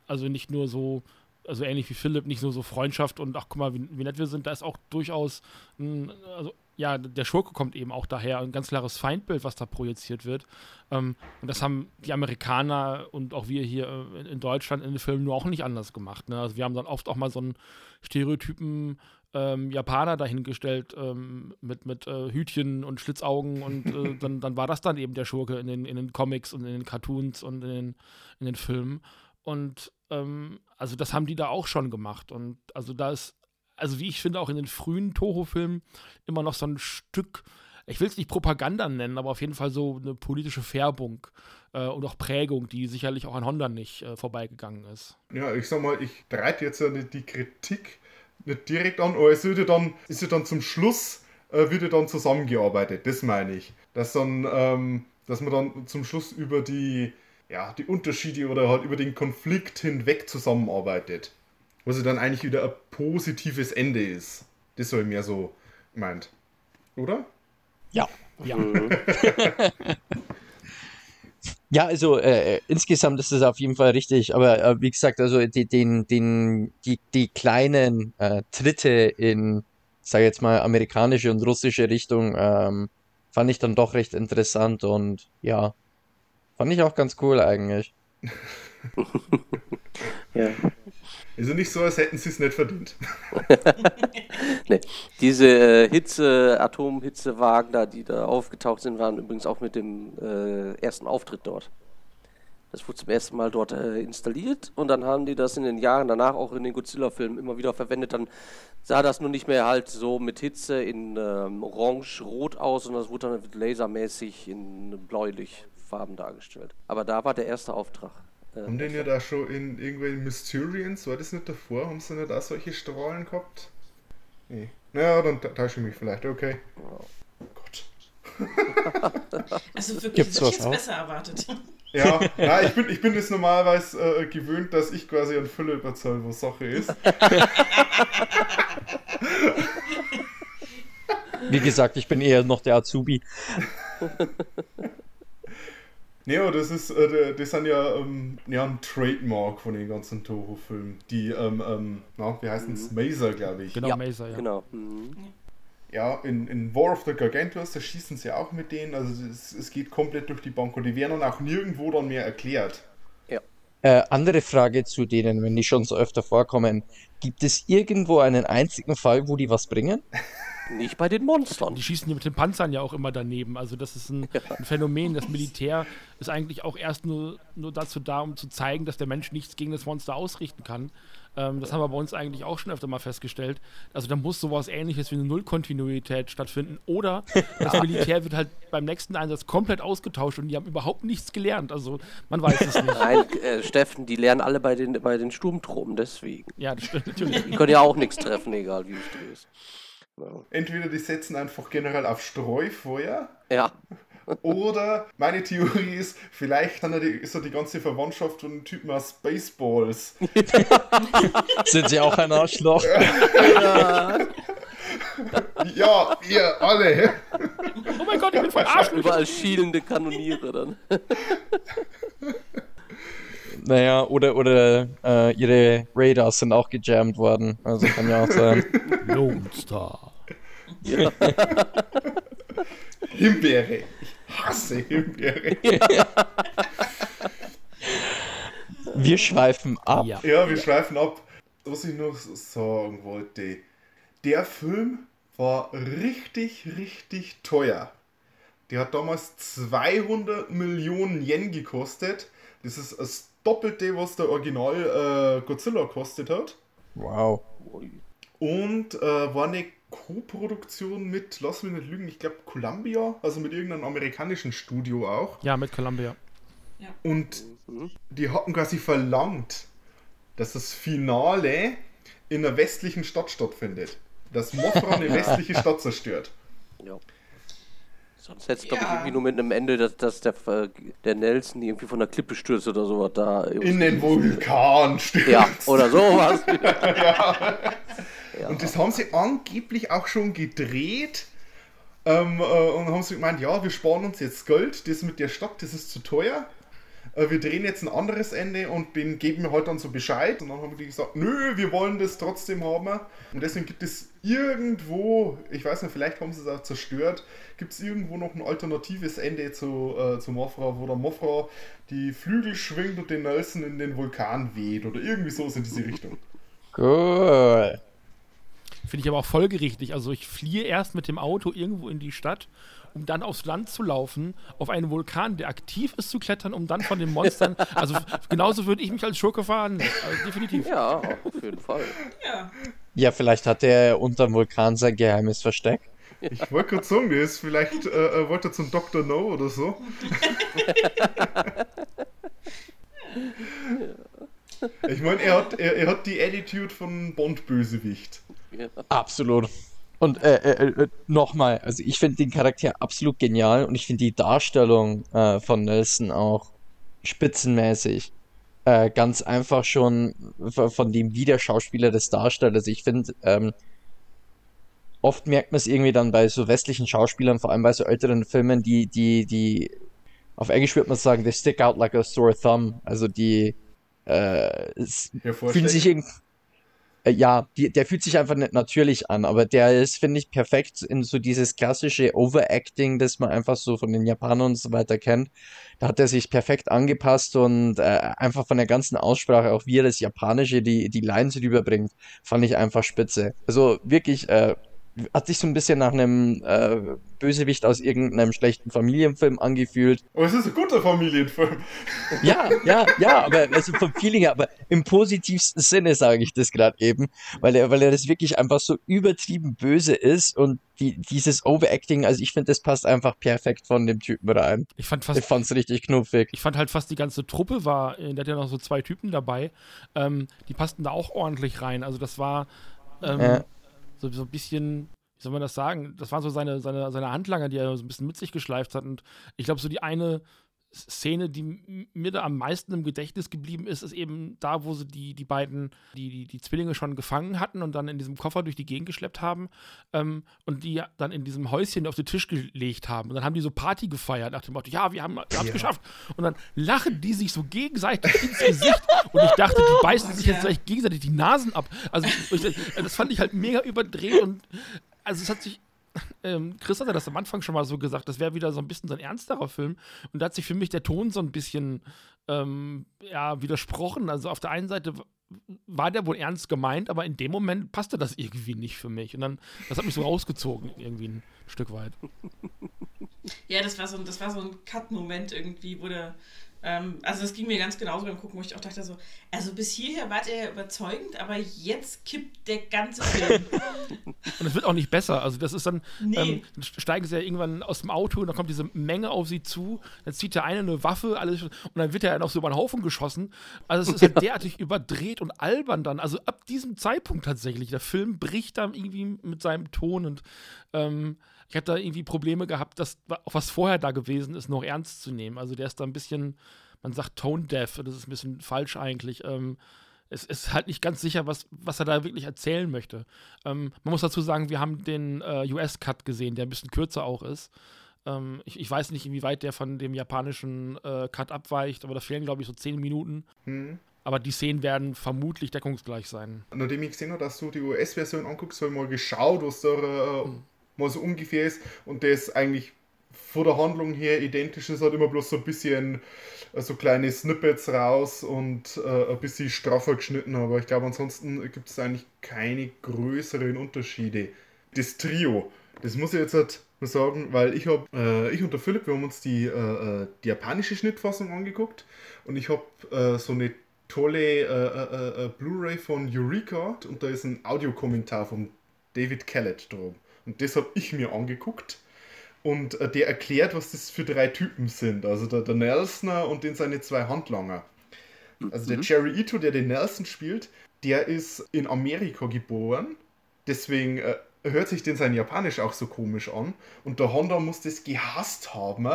also nicht nur so, also ähnlich wie Philipp, nicht nur so Freundschaft und ach guck mal, wie, wie nett wir sind, da ist auch durchaus, ein, also ja, der Schurke kommt eben auch daher, ein ganz klares Feindbild, was da projiziert wird. Ähm, und das haben die Amerikaner und auch wir hier äh, in, in Deutschland in den Filmen nur auch nicht anders gemacht. Ne? Also wir haben dann oft auch mal so einen Stereotypen ähm, Japaner dahingestellt ähm, mit, mit äh, Hütchen und Schlitzaugen und äh, dann, dann war das dann eben der Schurke in den, in den Comics und in den Cartoons und in den, in den Filmen. Und ähm, also das haben die da auch schon gemacht. Und also da ist, also wie ich finde, auch in den frühen Toho-Filmen immer noch so ein Stück, ich will es nicht Propaganda nennen, aber auf jeden Fall so eine politische Färbung äh, und auch Prägung, die sicherlich auch an Honda nicht äh, vorbeigegangen ist. Ja, ich sag mal, ich breite jetzt ja nicht die Kritik nicht direkt an, aber es wird ja dann, ist ja dann zum Schluss, äh, wird ja dann zusammengearbeitet, das meine ich. Dass dann, ähm, dass man dann zum Schluss über die, ja, die Unterschiede oder halt über den Konflikt hinweg zusammenarbeitet. Was ja dann eigentlich wieder ein positives Ende ist. Das soll mir so meint. Oder? Ja. Ja. Ja, also äh, insgesamt ist das auf jeden Fall richtig, aber äh, wie gesagt, also die, den, den, die, die kleinen äh, Tritte in, sag jetzt mal, amerikanische und russische Richtung ähm, fand ich dann doch recht interessant und ja, fand ich auch ganz cool eigentlich. Ja. Also nicht so, als hätten sie es nicht verdient. Nee. Diese äh, Hitze, Atomhitzewagen da, die da aufgetaucht sind, waren übrigens auch mit dem äh, ersten Auftritt dort. Das wurde zum ersten Mal dort äh, installiert und dann haben die das in den Jahren danach auch in den Godzilla-Filmen immer wieder verwendet. Dann sah das nur nicht mehr halt so mit Hitze in ähm, orange-rot aus, sondern das wurde dann lasermäßig in bläulich Farben dargestellt. Aber da war der erste Auftrag. Haben den ja da schon in irgendwelchen Mysterians, war das nicht davor? Haben sie nicht auch solche Strahlen gehabt? Nee. Naja, dann täusche ich mich vielleicht, okay. Oh Gott. Also wirklich, Gibt's hätte ich was jetzt auch? besser erwartet. Ja, na, ich bin, ich bin das normalerweise äh, gewöhnt, dass ich quasi an Philipp erzähle, was Sache ist. Wie gesagt, ich bin eher noch der Azubi. Nee, aber das ist, äh, das sind ja, ähm, ja ein Trademark von den ganzen Toho-Filmen. Die, ähm, ähm, na, wie heißen es? Maser, glaube ich. Genau, Ja, Maser, ja. Genau. Mhm. Ja, in, in War of the Gargantuars, da schießen sie auch mit denen, also es, es geht komplett durch die Bank und die werden dann auch nirgendwo dann mehr erklärt. Äh, andere Frage zu denen, wenn die schon so öfter vorkommen. Gibt es irgendwo einen einzigen Fall, wo die was bringen? Nicht bei den Monstern. Die schießen ja mit den Panzern ja auch immer daneben. Also das ist ein, ein Phänomen. Das Militär ist eigentlich auch erst nur, nur dazu da, um zu zeigen, dass der Mensch nichts gegen das Monster ausrichten kann. Ähm, das haben wir bei uns eigentlich auch schon öfter mal festgestellt. Also da muss sowas Ähnliches wie eine Nullkontinuität stattfinden. Oder das Militär wird halt beim nächsten Einsatz komplett ausgetauscht und die haben überhaupt nichts gelernt. Also man weiß es nicht. Nein, äh, Steffen, die lernen alle bei den, bei den Sturmtruppen, deswegen. Ja, das stimmt natürlich. Die können ja auch nichts treffen, egal wie du stehst. Ja. Entweder die setzen einfach generell auf Streufeuer, Ja. oder meine Theorie ist, vielleicht haben die, ist ja die ganze Verwandtschaft von den Typen aus Spaceballs. Sind sie auch ein Arschloch? Ja, ihr alle. Oh mein Gott, ich bin verarscht. Überall schielende Kanoniere dann. Naja, oder, oder äh, ihre Radars sind auch gejammt worden. Also kann ja auch sein. Lone Star. Ja. Himbeere. Ich hasse Himbeere. Wir schweifen ab. Ja. Ja, wir schweifen ab. Was ich noch sagen wollte. Der Film war richtig, richtig teuer. Der hat damals zweihundert Millionen Yen gekostet. Das ist das Doppelte, was der Original äh, Godzilla gekostet hat. Wow. Und äh, war eine Co-Produktion mit, lass mich nicht lügen, ich glaube Columbia, also mit irgendeinem amerikanischen Studio auch. Ja, mit Columbia. Und die hatten quasi verlangt, dass das Finale in einer westlichen Stadt stattfindet. Dass Mothra eine westliche Stadt zerstört. Ja. Sonst hätte es, glaube ich, Ja. irgendwie nur mit einem Ende, dass, dass der, äh, der Nelson irgendwie von der Klippe stürzt oder sowas da. In den Vulkan stürzt. Ja, oder sowas. Ja. Ja. Und das haben sie angeblich auch schon gedreht. Ähm, äh, und haben sie gemeint, ja, wir sparen uns jetzt Geld, das mit der Stadt, das ist zu teuer. äh, wir drehen jetzt ein anderes Ende und den geben wir halt dann so Bescheid. Und dann haben die gesagt, nö, wir wollen das trotzdem haben. Und deswegen gibt es irgendwo, ich weiß nicht, vielleicht haben sie es auch zerstört, gibt es irgendwo noch ein alternatives Ende zu, äh, zu Mothra, wo der Mothra die Flügel schwingt und den Nelson in den Vulkan weht oder irgendwie so in diese Richtung. Cool. Finde ich aber auch folgerichtig. Also ich fliehe erst mit dem Auto irgendwo in die Stadt, um dann aufs Land zu laufen, auf einen Vulkan, der aktiv ist, zu klettern, um dann von den Monstern... Also genauso würde ich mich als Schurke fahren. Also definitiv. Ja, auf jeden Fall. Ja. Ja, vielleicht hat er unterm Vulkan sein geheimes Versteck. Ich wollte gerade sagen, der ist vielleicht, äh, äh, wollte er zum Doktor No oder so. Ich meine, er hat, er, er hat die Attitude von Bond-Bösewicht. Ja. Absolut. Und äh, äh, äh, nochmal, also ich finde den Charakter absolut genial und ich finde die Darstellung äh, von Nelson auch spitzenmäßig. Äh, ganz einfach schon v- von dem, wie der Schauspieler das darstellt. Also ich finde, ähm, oft merkt man es irgendwie dann bei so westlichen Schauspielern, vor allem bei so älteren Filmen, die, die, die, auf Englisch würde man sagen, they stick out like a sore thumb. Also die äh, es fühlen sich irgendwie, äh, ja, die, der fühlt sich einfach nicht natürlich an, aber der ist, finde ich, perfekt in so dieses klassische Overacting, das man einfach so von den Japanern und so weiter kennt. Da hat er sich perfekt angepasst und äh, einfach von der ganzen Aussprache, auch wie er das Japanische, die, die Lines rüberbringt, fand ich einfach spitze. Also wirklich, äh, hat sich so ein bisschen nach einem äh, Bösewicht aus irgendeinem schlechten Familienfilm angefühlt. Aber es ist ein guter Familienfilm. Ja, ja, ja, aber also vom Feeling her, aber im positivsten Sinne sage ich das gerade eben, weil er, weil er das wirklich einfach so übertrieben böse ist und die, dieses Overacting, also ich finde, das passt einfach perfekt von dem Typen rein. Ich fand fast Ich fand's richtig knuffig. Ich fand halt fast die ganze Truppe war, äh, der hat ja noch so zwei Typen dabei, ähm, die passten da auch ordentlich rein. Also das war ähm, Ja. so, so ein bisschen, wie soll man das sagen, das waren so seine, seine, seine Handlanger, die er so ein bisschen mit sich geschleift hat. Und ich glaube, so die eine Szene, die m- mir da am meisten im Gedächtnis geblieben ist, ist eben da, wo sie die, die beiden, die, die, die Zwillinge schon gefangen hatten und dann in diesem Koffer durch die Gegend geschleppt haben ähm, und die dann in diesem Häuschen auf den Tisch gelegt haben. Und dann haben die so Party gefeiert nach dem Motto, ja, wir haben wir haben's Ja. geschafft. Und dann lachen die sich so gegenseitig ins Gesicht und ich dachte, die beißen sich jetzt gleich gegenseitig die Nasen ab. Also ich, das fand ich halt mega überdreht und also es hat sich ähm, Chris hatte das am Anfang schon mal so gesagt, das wäre wieder so ein bisschen so ein ernsterer Film. Und da hat sich für mich der Ton so ein bisschen ähm, ja, widersprochen. Also auf der einen Seite w- war der wohl ernst gemeint, aber in dem Moment passte das irgendwie nicht für mich. Und dann, das hat mich so rausgezogen, irgendwie ein Stück weit. Ja, das war so, ein- das war so ein Cut-Moment irgendwie, wo der, ähm, also das ging mir ganz genauso beim Gucken, wo ich auch dachte so, also bis hierher war der überzeugend, aber jetzt kippt der ganze Film. Und es wird auch nicht besser. Also das ist dann, Nee. ähm, dann steigen sie ja irgendwann aus dem Auto und dann kommt diese Menge auf sie zu, dann zieht der eine eine Waffe, alles und dann wird er ja noch so über den Haufen geschossen. Also es ist halt derartig überdreht und albern dann. Also ab diesem Zeitpunkt tatsächlich. Der Film bricht dann irgendwie mit seinem Ton und ähm, ich habe da irgendwie Probleme gehabt, das, auch was vorher da gewesen ist, noch ernst zu nehmen. Also der ist da ein bisschen, man sagt tone-deaf, das ist ein bisschen falsch eigentlich. Ähm, es ist halt nicht ganz sicher, was, was er da wirklich erzählen möchte. Ähm, man muss dazu sagen, wir haben den äh, U S-Cut gesehen, der ein bisschen kürzer auch ist. Ähm, ich, ich weiß nicht, inwieweit der von dem japanischen äh, Cut abweicht, aber da fehlen, glaube ich, so zehn Minuten. Hm. Aber die Szenen werden vermutlich deckungsgleich sein. Nachdem ich gesehen habe, dass du die U S-Version anguckst, habe ich mal geschaut, was da äh, mal so ungefähr ist. Und das eigentlich von der Handlung her identisch ist, hat immer bloß so ein bisschen äh, so kleine Snippets raus und äh, ein bisschen straffer geschnitten. Aber ich glaube, ansonsten gibt es eigentlich keine größeren Unterschiede. Das Trio, das muss ich jetzt halt mal sagen, weil ich habe, äh, ich und der Philipp, wir haben uns die, äh, äh, die japanische Schnittfassung angeguckt und ich habe äh, so eine tolle äh, äh, äh, Blu-ray von Eureka und da ist ein Audiokommentar von David Kellett drum. Und das habe ich mir angeguckt und äh, der erklärt, was das für drei Typen sind. Also der, der Nelsoner und den seine zwei Handlanger. Also der Jerry Ito, der den Nelson spielt, der ist in Amerika geboren. Deswegen äh, hört sich denn sein Japanisch auch so komisch an. Und der Honda muss das gehasst haben,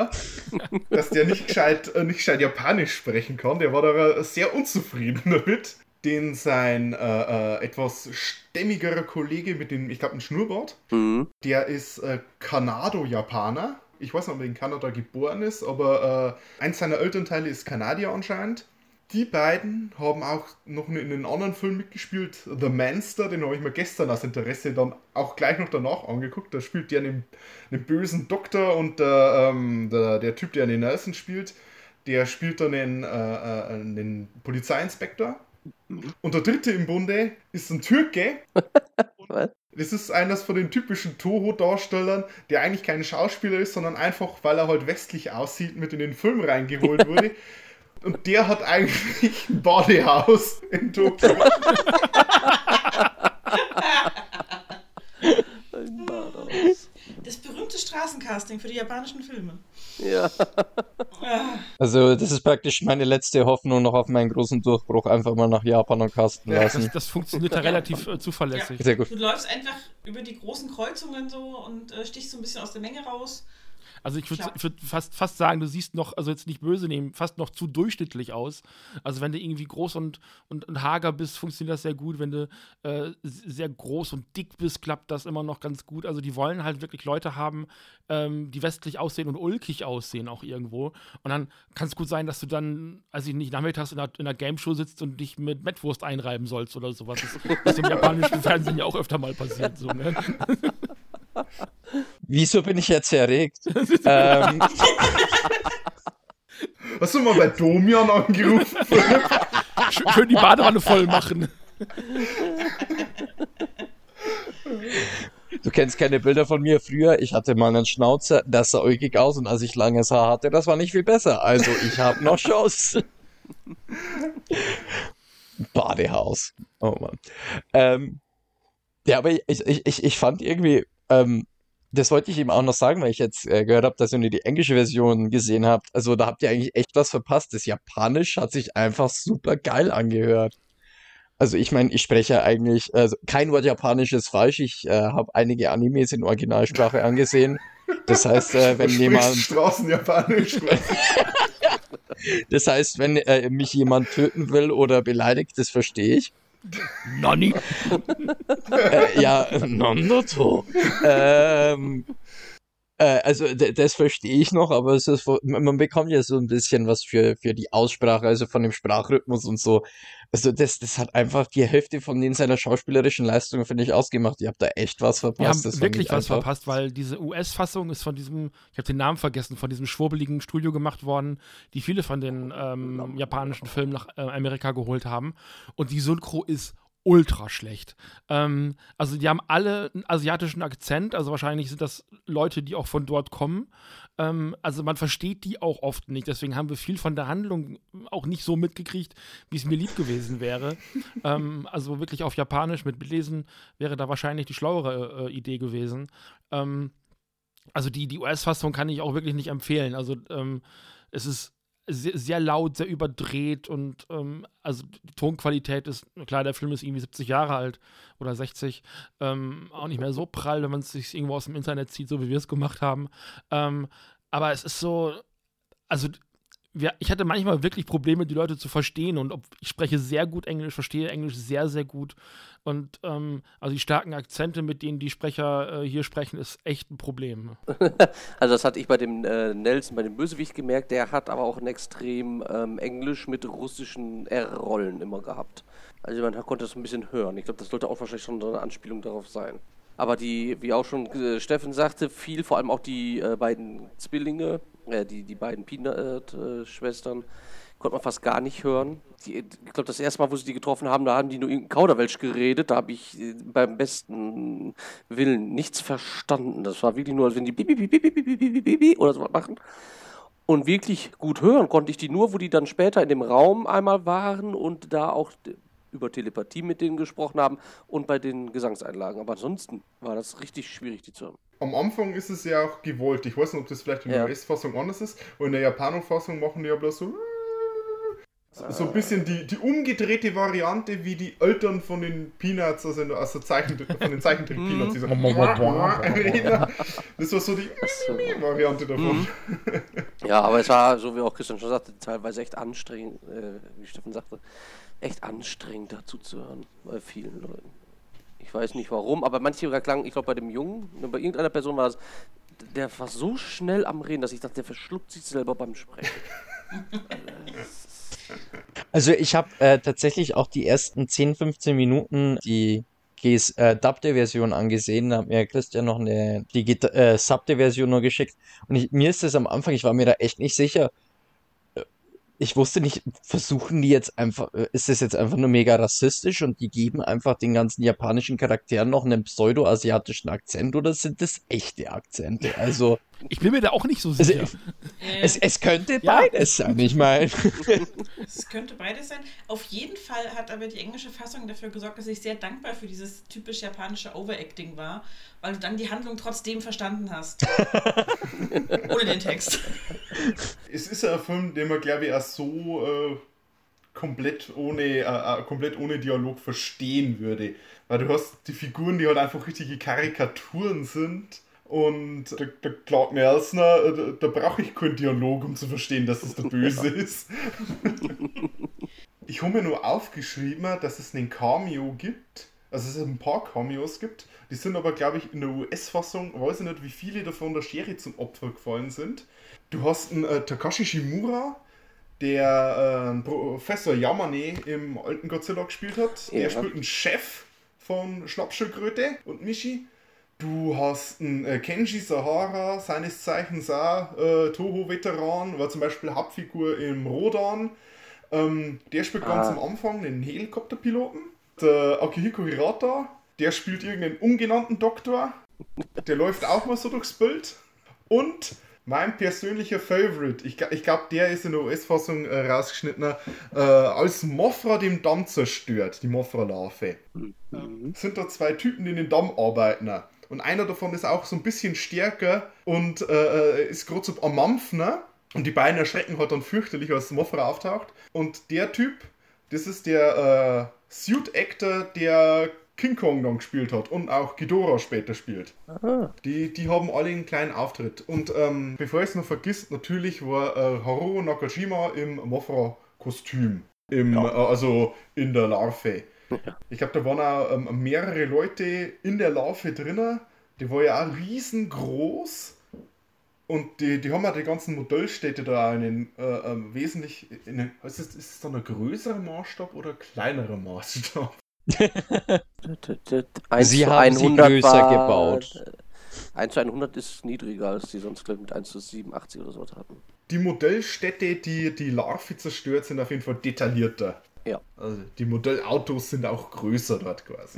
dass der nicht gescheit, äh, nicht gescheit Japanisch sprechen kann. Der war da äh, sehr unzufrieden damit. Den sein äh, äh, etwas stämmigerer Kollege mit dem, ich glaube, einem Schnurrbart, Mhm. der ist äh, Kanado-Japaner. ich weiß nicht, ob er in Kanada geboren ist, aber äh, eins seiner Elternteile ist Kanadier anscheinend. Die beiden haben auch noch in einem anderen Film mitgespielt, The Manster, den habe ich mir gestern aus Interesse dann auch gleich noch danach angeguckt. Da spielt der einen, einen bösen Doktor und der, ähm, der, der Typ, der den Nelson spielt, der spielt dann einen, äh, einen Polizeiinspektor. Und der dritte im Bunde ist ein Türke. Das ist eines von den typischen Toho-Darstellern, der eigentlich kein Schauspieler ist, sondern einfach, weil er halt westlich aussieht, mit in den Film reingeholt wurde. Und der hat eigentlich ein Badehaus in Tokio. Ein Badehaus. Das berühmte Straßencasting für die japanischen Filme. Ja. Also das ist praktisch meine letzte Hoffnung noch auf meinen großen Durchbruch, einfach mal nach Japan und casten lassen. Das, das funktioniert da relativ äh, zuverlässig. Ja. Sehr gut. Du läufst einfach über die großen Kreuzungen so und äh, stichst so ein bisschen aus der Menge raus. Also ich würde Klar. würd fast, fast sagen, du siehst noch, also jetzt nicht böse nehmen, fast noch zu durchschnittlich aus. Also wenn du irgendwie groß und, und, und hager bist, funktioniert das sehr gut. Wenn du äh, sehr groß und dick bist, klappt das immer noch ganz gut. Also die wollen halt wirklich Leute haben, ähm, die westlich aussehen und ulkig aussehen auch irgendwo. Und dann kann es gut sein, dass du dann, also ich nicht nachmittags in einer, in einer Game-Show sitzt und dich mit Mettwurst einreiben sollst oder sowas. Das ist im japanischen Fernsehen ja auch öfter mal passiert. So, ne? Wieso bin ich jetzt erregt? ähm, Hast du mal bei Domian angerufen? Schön, schön die Badewanne voll machen. Du kennst keine Bilder von mir früher. Ich hatte mal einen Schnauzer, das sah äugig aus und als ich langes Haar hatte, das war nicht viel besser. Also ich habe noch Chance. Badehaus. Oh Mann. Ähm, ja, aber ich, ich, ich, ich fand irgendwie, ähm, das wollte ich eben auch noch sagen, weil ich jetzt äh, gehört habe, dass ihr nur die englische Version gesehen habt. Also da habt ihr eigentlich echt was verpasst. Das Japanisch hat sich einfach super geil angehört. Also ich meine, ich spreche eigentlich, also kein Wort Japanisch ist falsch. Ich äh, habe einige Animes in Originalsprache angesehen. Das heißt, äh, wenn Du jemand, sprichst Straßenjapanisch. das heißt, wenn äh, mich jemand töten will oder beleidigt, das verstehe ich. Nani? äh, ja, Nandato. ähm, äh, also d- das verstehe ich noch, aber es ist, man bekommt ja so ein bisschen was für, für die Aussprache, also von dem Sprachrhythmus und so. Also das, das hat einfach die Hälfte von den seiner schauspielerischen Leistungen, finde ich, ausgemacht. Ihr habt da echt was verpasst. Wir haben das fand wirklich ich was einfach- verpasst, weil diese U S-Fassung ist von diesem, ich habe den Namen vergessen, von diesem schwurbeligen Studio gemacht worden, die viele von den ähm, japanischen Filmen nach äh, Amerika geholt haben. Und die Synchro ist ultra schlecht. Ähm, also die haben alle einen asiatischen Akzent, also wahrscheinlich sind das Leute, die auch von dort kommen. Ähm, also man versteht die auch oft nicht, deswegen haben wir viel von der Handlung auch nicht so mitgekriegt, wie es mir lieb gewesen wäre. ähm, also wirklich auf Japanisch mit Lesen wäre da wahrscheinlich die schlauere äh, Idee gewesen. Ähm, also die, die U S-Fassung kann ich auch wirklich nicht empfehlen. Also ähm, es ist sehr, sehr laut, sehr überdreht und ähm, also die Tonqualität ist, klar, der Film ist irgendwie siebzig Jahre alt oder sechzig, ähm, auch nicht mehr so prall, wenn man es sich irgendwo aus dem Internet zieht, so wie wir es gemacht haben. Ähm, aber es ist so, also wir, ich hatte manchmal wirklich Probleme, die Leute zu verstehen und ob, ich spreche sehr gut Englisch, verstehe Englisch sehr, sehr gut und ähm, also die starken Akzente, mit denen die Sprecher äh, hier sprechen, ist echt ein Problem. Also das hatte ich bei dem äh, Nelson, bei dem Bösewicht gemerkt, der hat aber auch ein extrem ähm, Englisch mit russischen R-Rollen immer gehabt. Also man konnte das ein bisschen hören. Ich glaube, das sollte auch wahrscheinlich schon so eine Anspielung darauf sein. Aber die, wie auch schon äh, Steffen sagte, viel, vor allem auch die äh, beiden Zwillinge, äh, die, die beiden Peanut-Schwestern, konnte man fast gar nicht hören. Die, ich glaube, das erste Mal, wo sie die getroffen haben, da haben die nur irgendein Kauderwelsch geredet. Da habe ich äh, beim besten Willen nichts verstanden. Das war wirklich nur, als wenn die bibi, bibi, bibi, bibi, bibi oder so was machen. Und wirklich gut hören konnte ich die nur, wo die dann später in dem Raum einmal waren und da auch über Telepathie mit denen gesprochen haben und bei den Gesangseinlagen. Aber ansonsten war das richtig schwierig, die zu hören. Am Anfang ist es ja auch gewollt. Ich weiß nicht, ob das vielleicht in der Ja. U S-Fassung anders ist. Und in der Japaner-Fassung machen die ja bloß so. So ein bisschen die, die umgedrehte Variante, wie die Eltern von den Peanuts, also aus der Zeichentrick, von den Zeichentrick-Peanuts. Die so reden. Das war so die So. Variante davon. Ja, aber es war, so wie auch Christian schon sagte, teilweise echt anstrengend, äh, wie Steffen sagte, echt anstrengend dazu zu hören, bei vielen Leuten. Ich weiß nicht warum, aber manche klangen, ich glaube bei dem Jungen, bei irgendeiner Person war es, der war so schnell am Reden, dass ich dachte, der verschluckt sich selber beim Sprechen. Also ich habe äh, tatsächlich auch die ersten zehn, fünfzehn Minuten die ges- äh, dubbte Version angesehen. Da hat mir Christian noch eine die geta- äh, subbte Version nur geschickt. Und ich, mir ist das am Anfang, ich war mir da echt nicht sicher. Ich wusste nicht, versuchen die jetzt einfach, äh, ist das jetzt einfach nur mega rassistisch und die geben einfach den ganzen japanischen Charakteren noch einen pseudo-asiatischen Akzent oder sind das echte Akzente? Also, Ich bin mir da auch nicht so also sicher. es, es könnte Ja. beides sein, ich meine. Es könnte beides sein. Auf jeden Fall hat aber die englische Fassung dafür gesorgt, dass ich sehr dankbar für dieses typisch japanische Overacting war, weil du dann die Handlung trotzdem verstanden hast. Ohne den Text. Es ist ja ein Film, den man, glaube ich, auch so äh, komplett, ohne, äh, äh, komplett ohne Dialog verstehen würde. Weil du hast die Figuren, die halt einfach richtige Karikaturen sind. Und der, der Clark Nelsner, äh, da, da brauche ich keinen Dialog, um zu verstehen, dass es der Böse ist. Ich habe mir nur aufgeschrieben, dass es einen Cameo gibt. Also es ein paar Cameos gibt. Die sind aber, glaube ich, in der U S-Fassung, weiß ich nicht, wie viele davon der Schere zum Opfer gefallen sind. Du hast einen äh, Takashi Shimura, der äh, Professor Yamane im alten Godzilla gespielt hat. Der Ja. spielt einen Chef von Schnappschildkröte und Michi. Du hast einen äh, Kenji Sahara, seines Zeichens auch äh, Toho-Veteran, war zum Beispiel Hauptfigur im Rodan. Ähm, der spielt ganz Ah. am Anfang den Helikopterpiloten. Der Akihiko Hirata, der spielt irgendeinen ungenannten Doktor. Der läuft auch mal so durchs Bild. Und mein persönlicher Favorite, ich, ich glaube, der ist in der U S-Fassung äh, rausgeschnitten, äh, als Mothra den Damm zerstört, die Mothra-Larve. Mhm. Sind da zwei Typen, die in den Damm arbeiten. Und einer davon ist auch so ein bisschen stärker und äh, ist gerade so am Mampfen. Und die beiden erschrecken halt dann fürchterlich, als Mothra auftaucht. Und der Typ, das ist der äh, Suit-Actor, der King Kong dann gespielt hat und auch Ghidorah später spielt. Aha. Die, die haben alle einen kleinen Auftritt. Und ähm, bevor ich es noch vergisst, natürlich war äh, Haruo Nakajima im Mothra-Kostüm. Im, Ja. äh, also in der Larve. Ja. Ich glaube, da waren auch ähm, mehrere Leute in der Larve drinnen. Die war ja auch riesengroß. Und die, die haben ja die ganzen Modellstädte da einen äh, ähm, wesentlich. In einen, ist, es, ist es dann ein größerer Maßstab oder ein kleinerer Maßstab? eins Sie zu haben sie hundert größer war, gebaut. eins zu hundert ist niedriger, als die sonst, glaube ich, mit eins zu siebenundachtzig oder so hatten. Die Modellstädte, die die Larve zerstört, sind auf jeden Fall detaillierter. Ja. Also die Modellautos sind auch größer dort quasi.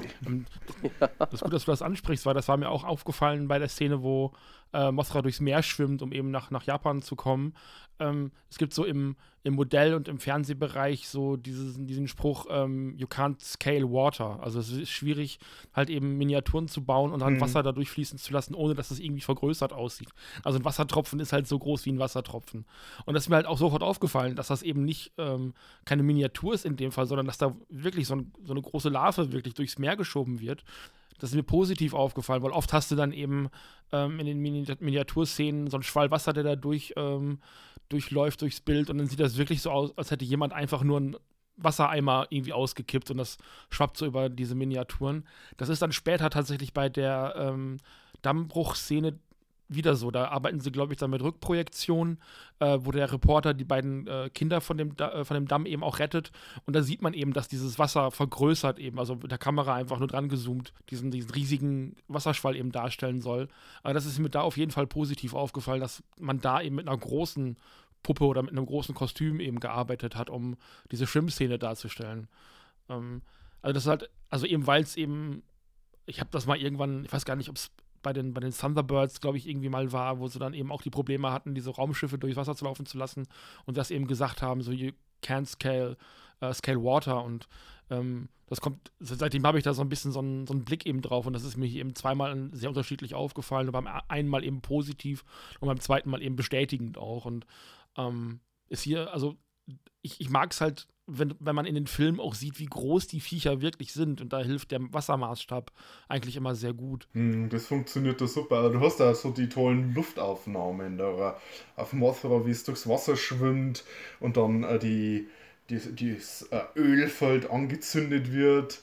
Das ist gut, dass du das ansprichst, weil das war mir auch aufgefallen bei der Szene, wo äh, Mothra durchs Meer schwimmt, um eben nach, nach Japan zu kommen. Ähm, es gibt so im, im Modell- und im Fernsehbereich so dieses, diesen Spruch, ähm, you can't scale water. Also es ist schwierig, halt eben Miniaturen zu bauen und dann Mhm. Wasser da durchfließen zu lassen, ohne dass es irgendwie vergrößert aussieht. Also ein Wassertropfen ist halt so groß wie ein Wassertropfen. Und das ist mir halt auch sofort aufgefallen, dass das eben nicht ähm, keine Miniatur ist in dem Fall, sondern dass da wirklich so, ein, so eine große Larve wirklich durchs Meer geschoben wird. Das ist mir positiv aufgefallen, weil oft hast du dann eben ähm, in den Mini Miniaturszenen so einen Schwall Wasser, der da durch, ähm, durchläuft durchs Bild und dann sieht das wirklich so aus, als hätte jemand einfach nur einen Wassereimer irgendwie ausgekippt und das schwappt so über diese Miniaturen. Das ist dann später tatsächlich bei der ähm, Dammbruchszene wieder so. Da arbeiten sie, glaube ich, dann mit Rückprojektion, äh, wo der Reporter die beiden äh, Kinder von dem, da äh, von dem Damm eben auch rettet. Und da sieht man eben, dass dieses Wasser vergrößert eben, also mit der Kamera einfach nur dran gezoomt, diesen, diesen riesigen Wasserschwall eben darstellen soll. Aber das ist mir da auf jeden Fall positiv aufgefallen, dass man da eben mit einer großen Puppe oder mit einem großen Kostüm eben gearbeitet hat, um diese Schwimmszene darzustellen. Ähm, also das ist halt, also eben weil es eben, ich habe das mal irgendwann, ich weiß gar nicht, ob es bei den, bei den Thunderbirds, glaube ich, irgendwie mal war, wo sie dann eben auch die Probleme hatten, diese Raumschiffe durchs Wasser zu laufen zu lassen und das eben gesagt haben, so you can't scale, uh, scale water und ähm, das kommt, seitdem habe ich da so ein bisschen so einen, so einen Blick eben drauf und das ist mir hier eben zweimal sehr unterschiedlich aufgefallen und beim einen Mal eben positiv und beim zweiten Mal eben bestätigend auch und ähm, ist hier, also ich, ich mag es halt, wenn, wenn man in den Filmen auch sieht, wie groß die Viecher wirklich sind und da hilft der Wassermaßstab eigentlich immer sehr gut. Hm, das funktioniert da super. Du hast da so die tollen Luftaufnahmen da auf Mothra, wie es durchs Wasser schwimmt und dann äh, die, die, die, das äh, Ölfeld angezündet wird.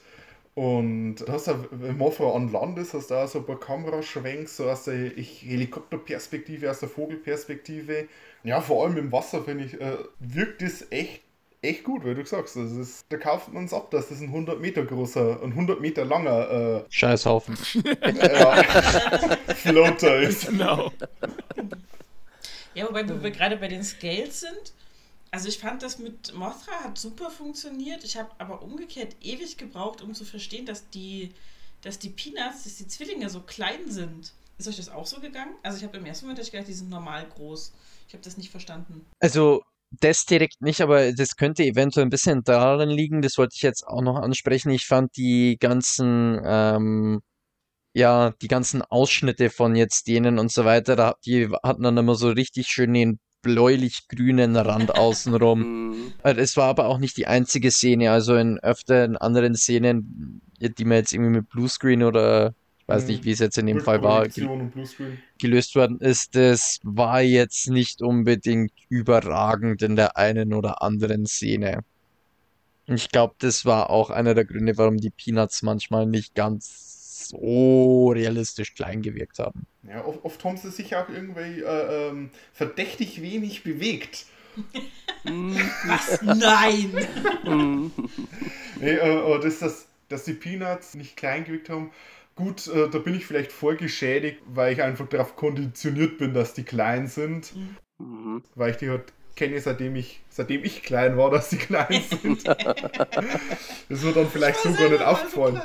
Und da hast du, wenn Mothra an Land ist, hast du auch so ein paar Kameraschwenks, so aus der ich, Helikopterperspektive, aus der Vogelperspektive. Ja, vor allem im Wasser, finde ich, äh, wirkt das echt, echt gut, weil du sagst, das ist, da kauft man es ab, dass das ein hundert Meter großer, ein hundert Meter langer äh, Scheißhaufen. ja, Floater ist. Genau. Ja, wobei wo wir gerade bei den Scales sind. Also ich fand, das mit Mothra hat super funktioniert. Ich habe aber umgekehrt ewig gebraucht, um zu verstehen, dass die, dass die Peanuts, dass die Zwillinge so klein sind. Ist euch das auch so gegangen? Also ich habe im ersten Moment gedacht, die sind normal groß. Ich habe das nicht verstanden. Also, das direkt nicht, aber das könnte eventuell ein bisschen daran liegen, das wollte ich jetzt auch noch ansprechen. Ich fand die ganzen, ähm, ja, die ganzen Ausschnitte von jetzt denen und so weiter, da, die hatten dann immer so richtig schön den bläulich-grünen Rand außenrum. Mhm. Äh, Es war aber auch nicht die einzige Szene, also in öfteren anderen Szenen, die man jetzt irgendwie mit Bluescreen oder ich weiß nicht, wie es jetzt in dem Fall war, gel- Bildprojektion und Bluescreen. gelöst worden ist, das war jetzt nicht unbedingt überragend in der einen oder anderen Szene. Und ich glaube, das war auch einer der Gründe, warum die Peanuts manchmal nicht ganz so realistisch klein gewirkt haben. Ja, oft, oft haben sie sich auch irgendwie äh, ähm, verdächtig wenig bewegt. Was? Nein! Nee, äh, aber das, dass, dass die Peanuts nicht klein gewirkt haben, gut, äh, da bin ich vielleicht vorgeschädigt, weil ich einfach darauf konditioniert bin, dass die klein sind. Mhm. Weil ich die halt kenne, seitdem ich, seitdem ich klein war, dass die klein sind. Das wird dann vielleicht so gar nicht aufgefallen.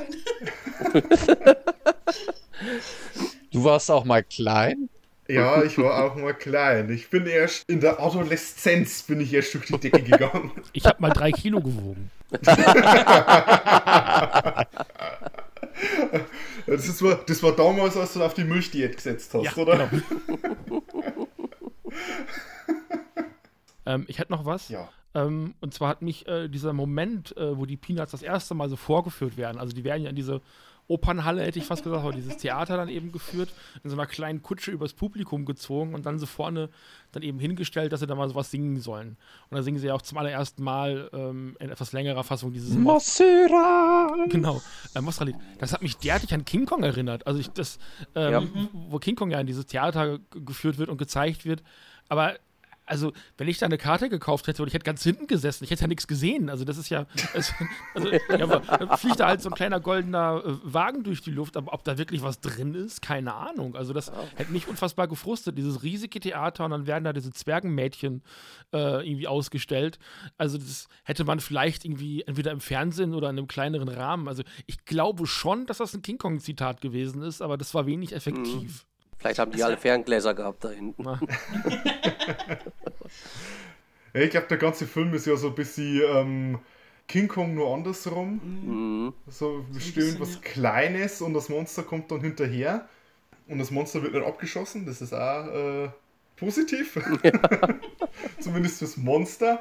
Du warst auch mal klein? Ja, ich war auch mal klein. Ich bin erst in der Adoleszenz bin ich erst durch die Decke gegangen. Ich habe mal drei Kilo gewogen. Das, ist, war- das war damals, als du auf die Milchdiät gesetzt hast, Ja, oder? genau. ähm, ich hätte noch was. Ja. Ähm, und zwar hat mich äh, dieser Moment, äh, wo die Peanuts das erste Mal so vorgeführt werden, also die werden ja in diese Opernhalle, hätte ich fast gesagt, aber dieses Theater dann eben geführt, in so einer kleinen Kutsche übers Publikum gezogen und dann so vorne dann eben hingestellt, dass sie da mal sowas singen sollen. Und da singen sie ja auch zum allerersten Mal ähm, in etwas längerer Fassung dieses Mothra! Genau, äh, Mothra-Lied. Das hat mich derartig an King Kong erinnert. Also ich das, ähm, Ja. wo King Kong ja in dieses Theater g- geführt wird und gezeigt wird. Aber also, wenn ich da eine Karte gekauft hätte und ich hätte ganz hinten gesessen, ich hätte ja nichts gesehen. Also das ist ja, also, also ja, aber dann fliegt da halt so ein kleiner goldener äh, Wagen durch die Luft, aber ob da wirklich was drin ist, keine Ahnung. Also das hätte mich unfassbar gefrustet, dieses riesige Theater und dann werden da diese Zwergenmädchen äh, irgendwie ausgestellt. Also das hätte man vielleicht irgendwie entweder im Fernsehen oder in einem kleineren Rahmen. Also ich glaube schon, dass das ein King Kong-Zitat gewesen ist, aber das war wenig effektiv. Vielleicht haben die alle Ferngläser gehabt da hinten. Na, Ja, ich glaube, der ganze Film ist ja so ein bisschen ähm, King Kong nur andersrum. Mhm. So, wir ein stellen bisschen, was ja. Kleines und das Monster kommt dann hinterher. Und das Monster wird nicht abgeschossen. Das ist auch äh, positiv. Zumindest fürs Monster.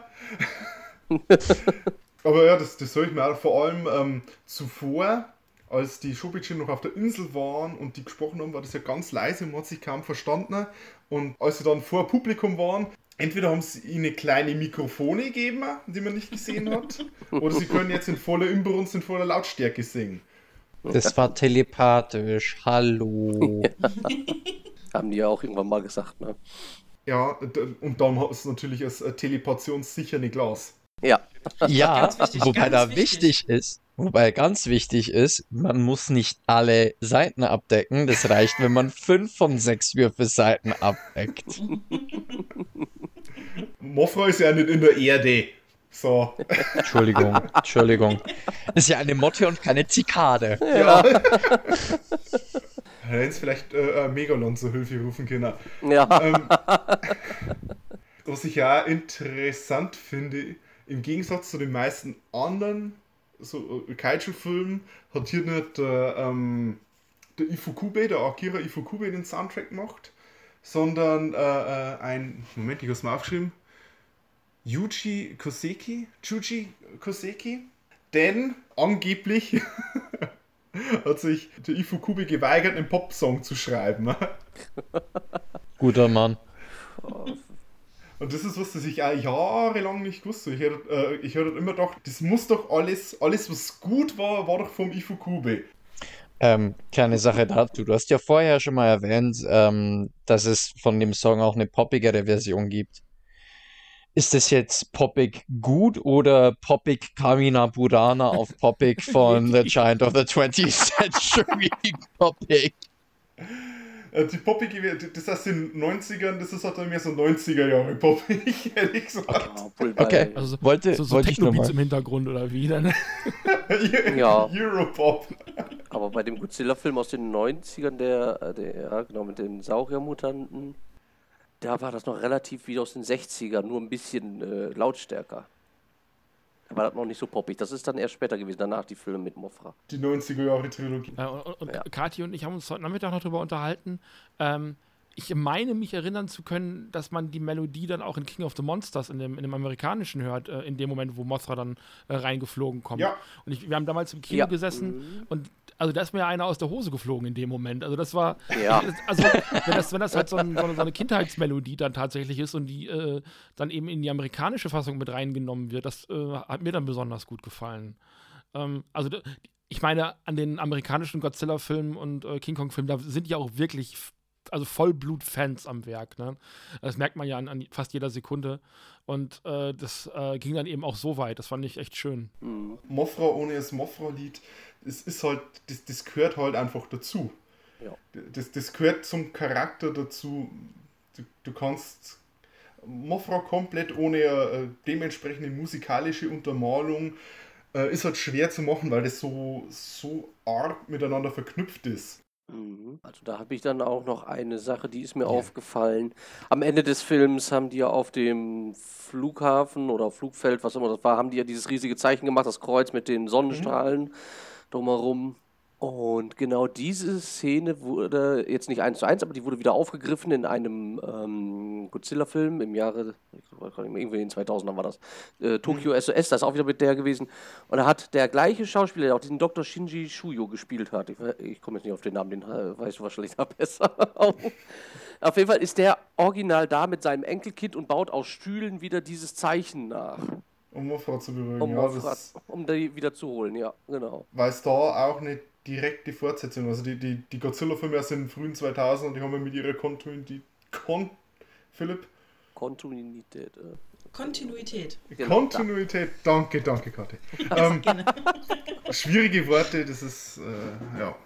Aber ja, das, das soll ich mir auch vor allem ähm, zuvor, als die Schobitschen noch auf der Insel waren und die gesprochen haben, war das ja ganz leise, man hat sich kaum verstanden. Und als sie dann vor Publikum waren, entweder haben sie ihnen kleine Mikrofone gegeben, die man nicht gesehen hat, oder sie können jetzt in voller Inbrunst, in voller Lautstärke singen. Das war telepathisch. Hallo. Haben die ja auch irgendwann mal gesagt, ne? Ja, d- und dann hat es natürlich das äh, teleportationssichere Glas. Ja. Ja, Ganz wichtig, wobei ganz da wichtig. wichtig ist, wobei ganz wichtig ist, man muss nicht alle Seiten abdecken. Das reicht, wenn man fünf von sechs Würfelseiten abdeckt. Mothra ist ja nicht in der Erde. So. Entschuldigung, Entschuldigung. Das ist ja eine Motte und keine Zikade. Ja. Hätten sie vielleicht äh, äh, Megalon zur Hilfe rufen können. Ja. Ähm, was ich ja auch interessant finde, im Gegensatz zu den meisten anderen so äh, Kaiju-Filmen hat hier nicht der, ähm, der Ifukube, der Akira Ifukube den Soundtrack gemacht, sondern äh, äh, ein, Moment, ich hab's mal aufgeschrieben, Yuji Koseki, Chuji Koseki, denn angeblich hat sich der Ifukube geweigert, einen Popsong zu schreiben. Guter Mann. Und das ist was, das ich auch jahrelang nicht wusste. Ich hätte äh, ich hätte immer gedacht, das muss doch alles, alles was gut war, war doch vom Ifukube. Ähm, kleine Sache dazu. Du hast ja vorher schon mal erwähnt, ähm, dass es von dem Song auch eine poppigere Version gibt. Ist das jetzt poppig gut oder poppig Kamina Burana auf poppig von The Giant of the twentieth Century poppig? Die poppige, das heißt in den neunzigern, das ist halt mehr so neunziger Jahre poppig, ehrlich gesagt. Ja, Okay, Also so, wollte, so, so wollte ich nur Techno-Beats mal. im Hintergrund oder wie dann? Ja. Europop. Aber bei dem Godzilla-Film aus den neunzigern, der, äh, der, ja genau, mit den Sauriermutanten, da war das noch relativ wie aus den sechzigern, nur ein bisschen äh, lautstärker. Da war das noch nicht so poppig. Das ist dann erst später gewesen, danach die Filme mit Mothra. Die neunziger Jahre Trilogie. Äh, und und Ja. Kathi und ich haben uns heute Nachmittag noch darüber unterhalten. Ähm, ich meine, mich erinnern zu können, dass man die Melodie dann auch in King of the Monsters in dem, in dem amerikanischen hört, äh, in dem Moment, wo Mothra dann äh, reingeflogen kommt. Ja. Und ich, wir haben damals im Kino Ja. gesessen und also da ist mir einer aus der Hose geflogen in dem Moment. Also das war, Ja. also wenn das, wenn das halt so, ein, so, eine, so eine Kindheitsmelodie dann tatsächlich ist und die äh, dann eben in die amerikanische Fassung mit reingenommen wird, das äh, hat mir dann besonders gut gefallen. Ähm, also d- ich meine, an den amerikanischen Godzilla-Filmen und äh, King Kong-Filmen, da sind ja auch wirklich f- also Vollblut-Fans am Werk. Ne? Das merkt man ja an, an fast jeder Sekunde. Und äh, das äh, ging dann eben auch so weit. Das fand ich echt schön. Mhm. Mothra ohne das Mothra-Lied, es ist halt, das, das gehört halt einfach dazu. Ja. Das, das gehört zum Charakter dazu. Du, du kannst Mothra komplett ohne äh, dementsprechende musikalische Untermalung äh, ist halt schwer zu machen, weil das so, so arg miteinander verknüpft ist. Mhm. Also da habe ich dann auch noch eine Sache, die ist mir aufgefallen. Am Ende des Films haben die ja auf dem Flughafen oder Flugfeld, was immer das war, haben die ja dieses riesige Zeichen gemacht, das Kreuz mit den Sonnenstrahlen drumherum. Und genau diese Szene wurde jetzt nicht eins zu eins, aber die wurde wieder aufgegriffen in einem ähm, Godzilla-Film im Jahre, ich weiß gar nicht mehr, irgendwie in den zweitausendern war das, äh, Tokyo S O S, das ist auch wieder mit der gewesen. Und da hat der gleiche Schauspieler, der auch diesen Doktor Shinji Shuyo gespielt hat, ich, we- ich komme jetzt nicht auf den Namen, den äh, weißt du wahrscheinlich da besser. Auf jeden Fall ist der original da mit seinem Enkelkind und baut aus Stühlen wieder dieses Zeichen nach, Um Mothra zu berühren. um, ja, Mothra- das, um die wieder zu holen, ja, genau. weil es da auch eine direkte Fortsetzung, also die, die, die Godzilla-Filme aus den frühen zweitausendern, die haben ja mit ihrer Kontinuität, Kon, Philipp? Kontinuität. Äh. Kontinuität. Genau, Kontinuität, danke, danke, Kathi. Ähm, schwierige Worte, das ist, äh, ja.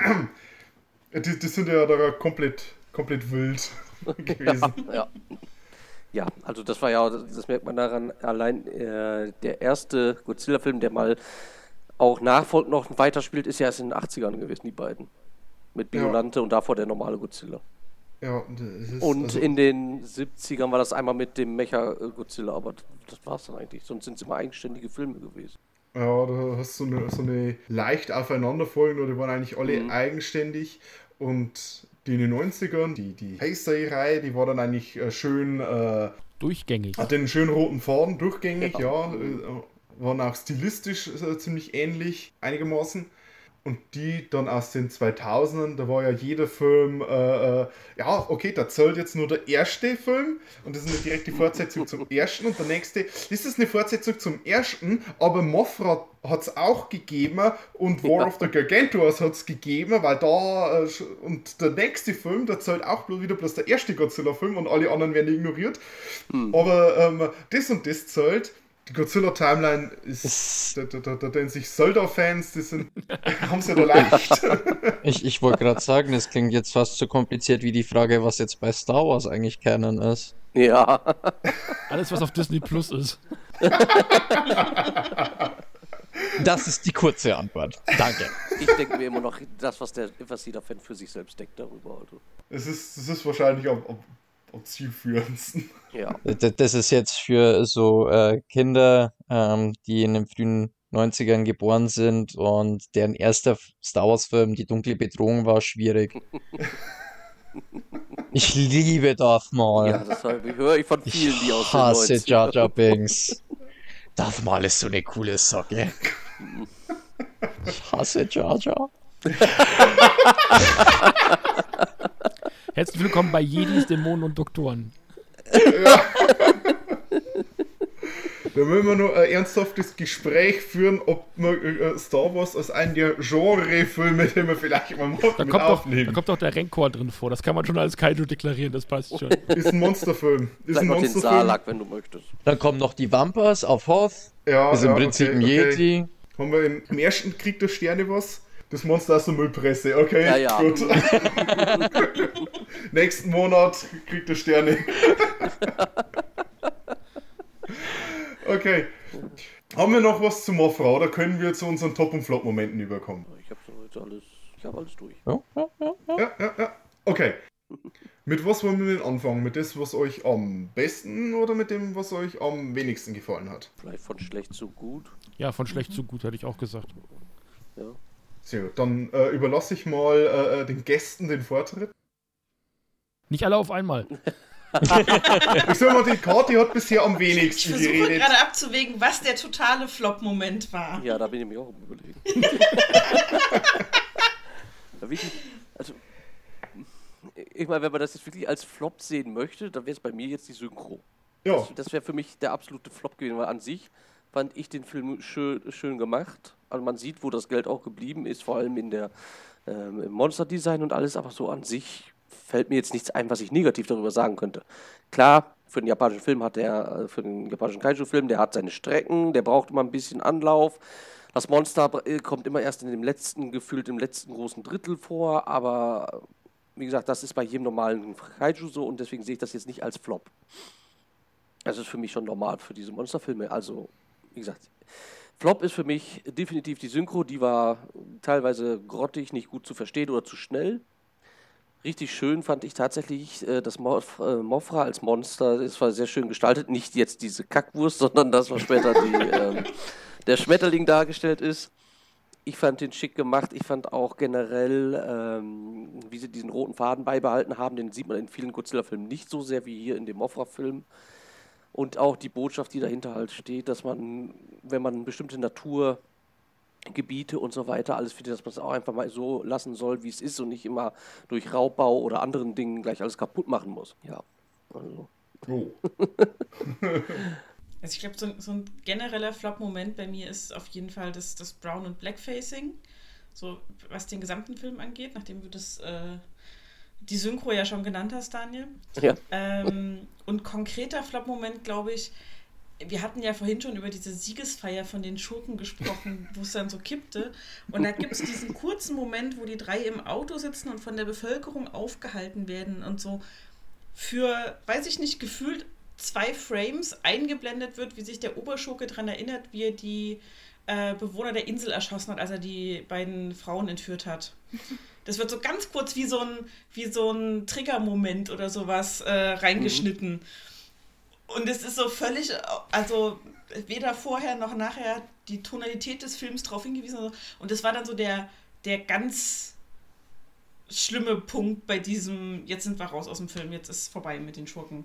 die, die sind ja da komplett, komplett wild gewesen. Ja. Ja, also das war ja, das merkt man daran, allein äh, der erste Godzilla-Film, der mal auch nachfolgend noch weiterspielt, ist ja erst in den achtzigern gewesen, die beiden. Mit Ja. Biolante und davor der normale Godzilla. Ja, das ist, Und also, in den siebzigern war das einmal mit dem Mecha-Godzilla, aber das war's dann eigentlich. Sonst sind es immer eigenständige Filme gewesen. ja, da hast du so eine, so eine leicht aufeinanderfolgende, die waren eigentlich alle Mhm. eigenständig und die in den neunzigern, die, die Heisei-Reihe, die war dann eigentlich äh, schön, äh, Durchgängig. hat den schönen roten Faden, durchgängig, Ja. ja, äh, waren auch stilistisch äh, ziemlich ähnlich, einigermaßen. Und die dann aus den zweitausendern, da war ja jeder Film, äh, äh, ja, okay, da zählt jetzt nur der erste Film und das ist eine direkte Fortsetzung zum ersten und der nächste, das ist eine Fortsetzung zum ersten, aber Mothra hat es auch gegeben und War Ja. of the Gargantuars hat es gegeben, weil da, äh, sch- und der nächste Film, da zählt auch bloß wieder bloß der erste Godzilla-Film und alle anderen werden ignoriert. Aber ähm, das und das zählt. Die Godzilla-Timeline ist, da, da, da, da denken sich Zelda-Fans, die sind, haben sie da leicht. Ich, ich wollte gerade sagen, es klingt jetzt fast so kompliziert wie die Frage, was jetzt bei Star Wars eigentlich Canon ist. Ja, Alles, was auf Disney Plus ist. Das ist die kurze Antwort. Danke. ich denke mir immer noch, das, was, der, was jeder Fan für sich selbst denkt darüber. Also. Es ist, es ist wahrscheinlich am, am, am zielführendsten. Ja, D- Das ist jetzt für so äh, Kinder, ähm, die in den frühen neunzigern geboren sind und deren erster F- Star Wars-Film Die dunkle Bedrohung war, schwierig. Ich liebe Darth Maul. ja das höre ich von vielen, die aus Ich den hasse Jar neunzigern. Jar Binks. Darth Maul ist so eine coole Socke. Ich hasse Jar Jar. Herzlich willkommen bei Jedis, Dämonen und Doktoren. Ja. Da müssen wir noch ein ernsthaftes Gespräch führen, ob wir äh, Star Wars als einen der Genre-Filme, den wir vielleicht mal machen, Da mit kommt, doch, aufnehmen. da kommt doch der Renkor drin vor. Das kann man schon als Kaiju deklarieren, das passt schon. Ist ein Monsterfilm. Ist Sag ein noch den Monsterfilm. Salak, wenn du möchtest. Dann kommen noch die Vampers auf Hoth. Ja, Das ist im ja, Prinzip okay, ein okay. Yeti. Haben wir im, im ersten Krieg der Sterne was? Das Monster aus der Müllpresse, okay, Ja, ja. gut. Nächsten Monat Krieg der Sterne. Okay. Haben wir noch was zu Mothra oder können wir zu unseren Top- und Flop-Momenten überkommen? Ich habe jetzt alles, ich hab alles durch. Ja, ja, ja. Ja, ja, ja. Okay. Mit was wollen wir denn anfangen? Mit dem, was euch am besten oder mit dem, was euch am wenigsten gefallen hat? Vielleicht von schlecht zu gut. Ja, von schlecht zu gut, hätte ich auch gesagt. Ja. Sehr gut, dann äh, überlasse ich mal äh, den Gästen den Vortritt. Nicht alle auf einmal. Ich sag mal, die Kati hat bisher am Ich wenigsten versuche geredet. gerade abzuwägen, was der totale Flop-Moment war. Ja, da bin ich mir auch am Überlegen. Da wirklich, also, ich meine, wenn man das jetzt wirklich als Flop sehen möchte, dann wäre es bei mir jetzt die Synchro. Ja, Das, das wäre für mich der absolute Flop gewesen, weil an sich fand ich den Film schön, schön gemacht. Also man sieht, wo das Geld auch geblieben ist, vor allem in der ähm, im Monster-Design und alles, aber so an sich fällt mir jetzt nichts ein, was ich negativ darüber sagen könnte. Klar, für den japanischen Film hat der, für den japanischen Kaiju-Film, der hat seine Strecken, der braucht immer ein bisschen Anlauf. Das Monster kommt immer erst in dem letzten, gefühlt im letzten großen Drittel vor, aber wie gesagt, das ist bei jedem normalen Kaiju so und deswegen sehe ich das jetzt nicht als Flop. Das ist für mich schon normal für diese Monsterfilme. Also, wie gesagt, Flop ist für mich definitiv die Synchro, die war teilweise grottig, nicht gut zu verstehen oder zu schnell. Richtig schön fand ich tatsächlich äh, das Mof, äh, Mothra als Monster. Es war sehr schön gestaltet. Nicht jetzt diese Kackwurst, sondern das, was später die, ähm, der Schmetterling dargestellt ist. Ich fand den schick gemacht. Ich fand auch generell, ähm, wie sie diesen roten Faden beibehalten haben, den sieht man in vielen Godzilla-Filmen nicht so sehr wie hier in dem Mothra-Film. Und auch die Botschaft, die dahinter halt steht, dass man, wenn man bestimmte Naturgebiete und so weiter alles findet, dass man es auch einfach mal so lassen soll, wie es ist und nicht immer durch Raubbau oder anderen Dingen gleich alles kaputt machen muss. Ja, also. oh. Also ich glaube, so, so ein genereller Flop-Moment bei mir ist auf jeden Fall das, das Brown- und Blackfacing, so was den gesamten Film angeht, nachdem du das äh, die Synchro ja schon genannt hast, Daniel. Ja. Ähm, und konkreter Flop-Moment, glaube ich, wir hatten ja vorhin schon über diese Siegesfeier von den Schurken gesprochen, wo es dann so kippte. Und da gibt es diesen kurzen Moment, wo die drei im Auto sitzen und von der Bevölkerung aufgehalten werden und so für, weiß ich nicht, gefühlt zwei Frames eingeblendet wird, wie sich der Oberschurke daran erinnert, wie er die äh, Bewohner der Insel erschossen hat, als er die beiden Frauen entführt hat. Das wird so ganz kurz wie so ein, wie so ein Triggermoment oder sowas äh, reingeschnitten. Mhm. Und es ist so völlig, also weder vorher noch nachher die Tonalität des Films darauf hingewiesen. Und das war dann so der, der ganz schlimme Punkt bei diesem, jetzt sind wir raus aus dem Film, jetzt ist es vorbei mit den Schurken.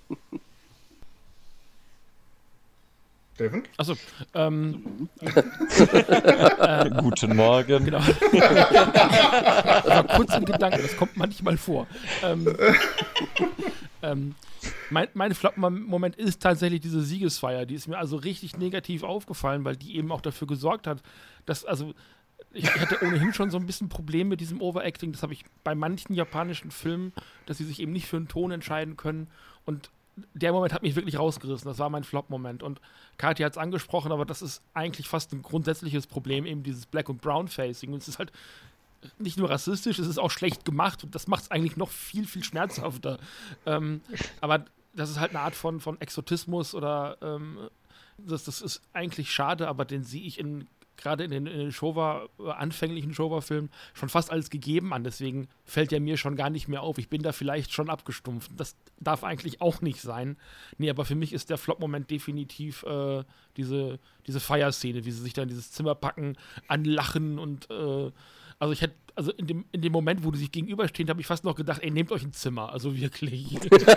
Steffen? Achso, ähm. äh, Guten Morgen. Genau. Das war kurz in Gedanken, das kommt manchmal vor. Ähm, ähm, mein mein Flop-Moment ist tatsächlich diese Siegesfeier. Die ist mir also richtig negativ aufgefallen, weil die eben auch dafür gesorgt hat, dass, also, ich hatte ohnehin schon so ein bisschen Problem mit diesem Overacting. Das habe ich bei manchen japanischen Filmen, dass sie sich eben nicht für einen Ton entscheiden können. Und der Moment hat mich wirklich rausgerissen. Das war mein Flop-Moment. Und Kathi hat es angesprochen, aber das ist eigentlich fast ein grundsätzliches Problem, eben dieses Black- und Brown-Facing. Und es ist halt nicht nur rassistisch, es ist auch schlecht gemacht. Und das macht es eigentlich noch viel, viel schmerzhafter. ähm, aber das ist halt eine Art von, von Exotismus oder ähm, das, das ist eigentlich schade, aber den sehe ich in gerade in den, in den Showa, äh, anfänglichen Showa-Filmen schon fast alles gegeben an. Deswegen fällt er mir schon gar nicht mehr auf. Ich bin da vielleicht schon abgestumpft. Das darf eigentlich auch nicht sein. Nee, aber für mich ist der Flop-Moment definitiv äh, diese, diese Feierszene, wie sie sich da in dieses Zimmer packen, anlachen und äh, also ich hätte, also in dem, in dem Moment, wo die sich gegenüberstehen, habe ich fast noch gedacht, ey, nehmt euch ein Zimmer, also wirklich.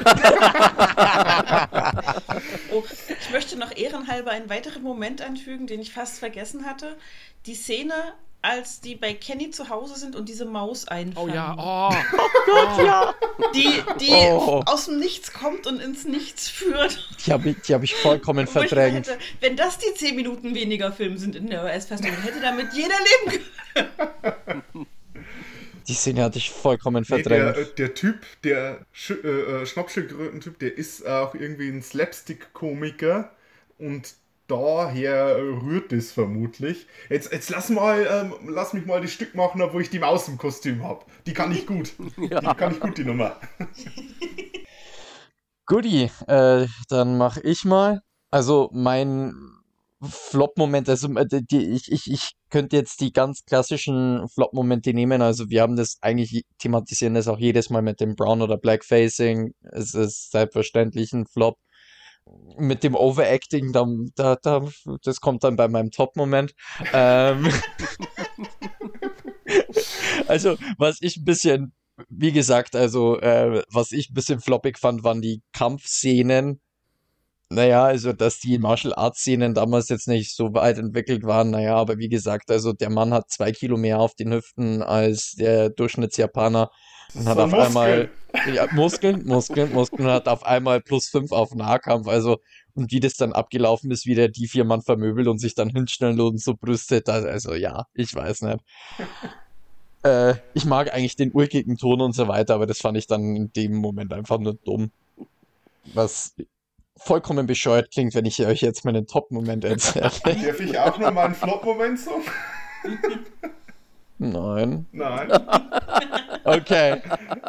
Oh, ich möchte noch ehrenhalber einen weiteren Moment anfügen, den ich fast vergessen hatte. Die Szene, als die bei Kenny zu Hause sind und diese Maus einfangen. Oh ja, oh. Gott, ja. Die, die Oh. aus dem Nichts kommt und ins Nichts führt. Die habe ich, die hab ich vollkommen Wo ich mir verdrängt. hätte, wenn das die zehn Minuten weniger Film sind in der U S-Fassung, hätte damit jeder leben können. Die Szene hatte ich vollkommen Nee, verdrängt. der, der Typ, der Sch äh, Schnappschildkröten-Typ, der ist auch irgendwie ein Slapstick-Komiker und daher rührt es vermutlich. Jetzt, jetzt lass, mal, ähm, lass mich mal das Stück machen, wo ich die Maus im Kostüm habe. Die kann ich gut. Ja. Die kann ich gut, die Nummer. Guti, äh, dann mache ich mal. Also mein Flop-Moment, also äh, die, die, ich, ich, ich könnte jetzt die ganz klassischen Flop-Momente nehmen. Also wir haben das eigentlich, je- thematisieren das auch jedes Mal mit dem Brown- oder Blackfacing. Es ist selbstverständlich ein Flop. Mit dem Overacting, da, da, da, das kommt dann bei meinem Top-Moment. Ähm, also, was ich ein bisschen, wie gesagt, also, äh, was ich ein bisschen floppig fand, waren die Kampfszenen. Naja, also, dass die Martial Arts Szenen damals jetzt nicht so weit entwickelt waren, naja, aber wie gesagt, also, der Mann hat zwei Kilo mehr auf den Hüften als der Durchschnittsjapaner und hat So auf einmal, Muskeln. ja, Muskeln, Muskeln, Muskeln und hat auf einmal plus fünf auf Nahkampf, also, und wie das dann abgelaufen ist, wie der die vier Mann vermöbelt und sich dann hinstellen und so brüstet, also, also ja, ich weiß nicht. Äh, ich mag eigentlich den ulkigen Ton und so weiter, aber das fand ich dann in dem Moment einfach nur dumm. Was vollkommen bescheuert klingt, wenn ich euch jetzt meinen Top-Moment erzähle. Darf ich auch noch mal einen Flop-Moment so? Nein. Nein. Okay.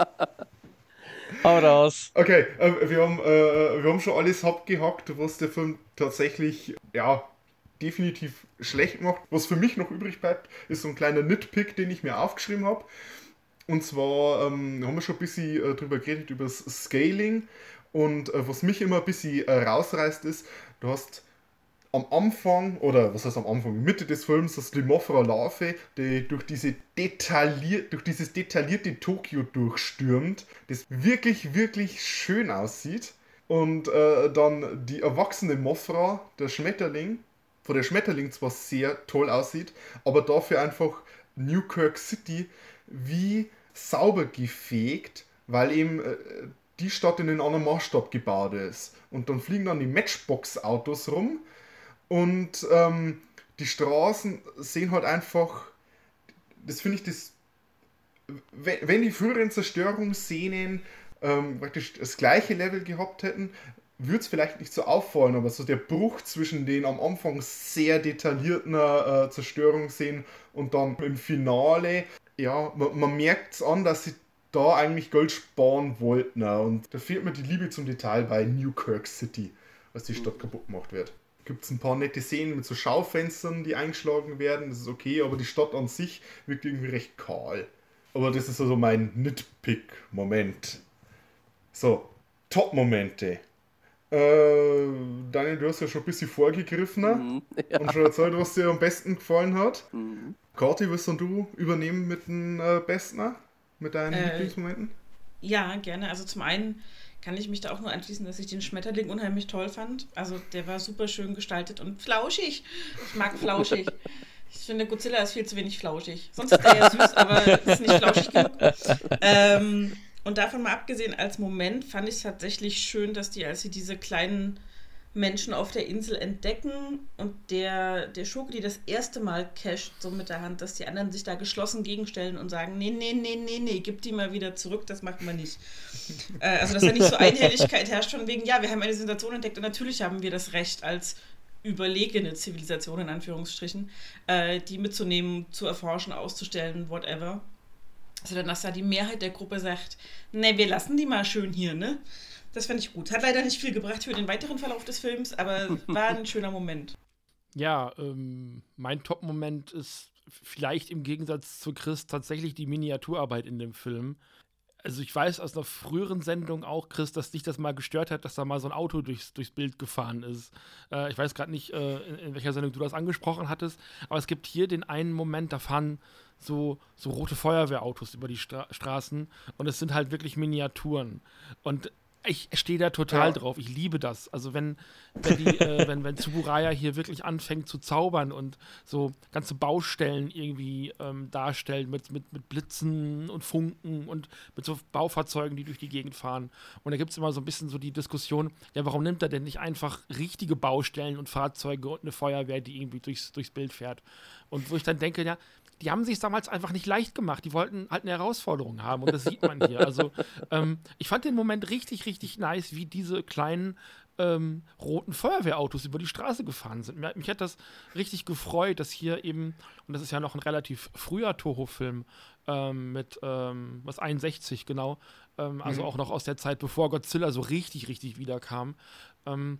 Hau raus. Okay, äh, wir, haben, äh, wir haben schon alles abgehakt, was der Film tatsächlich, ja, definitiv schlecht macht. Was für mich noch übrig bleibt, ist so ein kleiner Nitpick, den ich mir aufgeschrieben habe. Und zwar ähm, haben wir schon ein bisschen äh, drüber geredet, über das Scaling. Und äh, was mich immer ein bisschen äh, rausreißt, ist, du hast am Anfang, oder was heißt am Anfang, Mitte des Films, das die Mothra-Larve, die durch, diese detailliert, durch dieses detaillierte Tokio durchstürmt, das wirklich, wirklich schön aussieht. Und äh, dann die erwachsene Mothra, der Schmetterling, wo der Schmetterling zwar sehr toll aussieht, aber dafür einfach Newkirk City wie sauber gefegt, weil eben äh, die Stadt in einen anderen Maßstab gebaut ist. Und dann fliegen dann die Matchbox-Autos rum und ähm, die Straßen sehen halt einfach, das finde ich, das, wenn, wenn die früheren Zerstörungsszenen ähm, praktisch das gleiche Level gehabt hätten, würde es vielleicht nicht so auffallen, aber so der Bruch zwischen den am Anfang sehr detaillierten äh, Zerstörungsszenen und dann im Finale, ja, man, man merkt es an, dass sie da eigentlich Geld sparen wollten. Und da fehlt mir die Liebe zum Detail bei Newkirk City, als die Stadt kaputt gemacht wird. Gibt es ein paar nette Szenen mit so Schaufenstern, die eingeschlagen werden, das ist okay, aber die Stadt an sich wirkt irgendwie recht kahl. Aber das ist also mein Nitpick-Moment. So, Top-Momente. Äh, Daniel, du hast ja schon ein bisschen vorgegriffen Mhm, ja. und schon erzählt, was dir am besten gefallen hat. Mhm. Kathi, willst dann du übernehmen mit den äh, Besten? Mit deinen Äh, Lieblingsmomenten? Ja, gerne. Also zum einen kann ich mich da auch nur anschließen, dass ich den Schmetterling unheimlich toll fand. Also der war super schön gestaltet und flauschig. Ich mag flauschig. Ich finde, Godzilla ist viel zu wenig flauschig. Sonst ist der ja süß, aber ist nicht flauschig genug. Ähm, und davon mal abgesehen, als Moment fand ich es tatsächlich schön, dass die, als sie diese kleinen Menschen auf der Insel entdecken und der, der Schurke, die das erste Mal casht, so mit der Hand, dass die anderen sich da geschlossen gegenstellen und sagen, nee, nee, nee, nee, nee, gib die mal wieder zurück, das machen wir nicht. äh, also, dass da nicht so Einhelligkeit herrscht von wegen, ja, wir haben eine Sensation entdeckt und natürlich haben wir das Recht als überlegene Zivilisation, in Anführungsstrichen, äh, die mitzunehmen, zu erforschen, auszustellen, whatever. Also dann, dass da die Mehrheit der Gruppe sagt, ne, wir lassen die mal schön hier, ne? Das fand ich gut. Hat leider nicht viel gebracht für den weiteren Verlauf des Films, aber war ein schöner Moment. Ja, ähm, mein Top-Moment ist vielleicht im Gegensatz zu Chris tatsächlich die Miniaturarbeit in dem Film. Also ich weiß aus einer früheren Sendung auch, Chris, dass dich das mal gestört hat, dass da mal so ein Auto durchs, durchs Bild gefahren ist. Äh, ich weiß gerade nicht, äh, in, in welcher Sendung du das angesprochen hattest, aber es gibt hier den einen Moment, da fahren so, so rote Feuerwehrautos über die Stra- Straßen und es sind halt wirklich Miniaturen. Und Ich stehe da total Ja. drauf. Ich liebe das. Also wenn, wenn, die, äh, wenn, wenn Tsuburaya hier wirklich anfängt zu zaubern und so ganze Baustellen irgendwie ähm, darstellt mit, mit, mit Blitzen und Funken und mit so Baufahrzeugen, die durch die Gegend fahren. Und da gibt es immer so ein bisschen so die Diskussion, ja, warum nimmt er denn nicht einfach richtige Baustellen und Fahrzeuge und eine Feuerwehr, die irgendwie durchs, durchs Bild fährt? Und wo ich dann denke, ja, die haben sich damals einfach nicht leicht gemacht. Die wollten halt eine Herausforderung haben und das sieht man hier. Also ähm, ich fand den Moment richtig, richtig nice, wie diese kleinen ähm, roten Feuerwehrautos über die Straße gefahren sind. Mich, mich hat das richtig gefreut, dass hier eben, und das ist ja noch ein relativ früher Toho-Film ähm, mit, ähm, was einundsechzig genau, ähm, also Mhm. auch noch aus der Zeit, bevor Godzilla so richtig, richtig wiederkam. Ähm,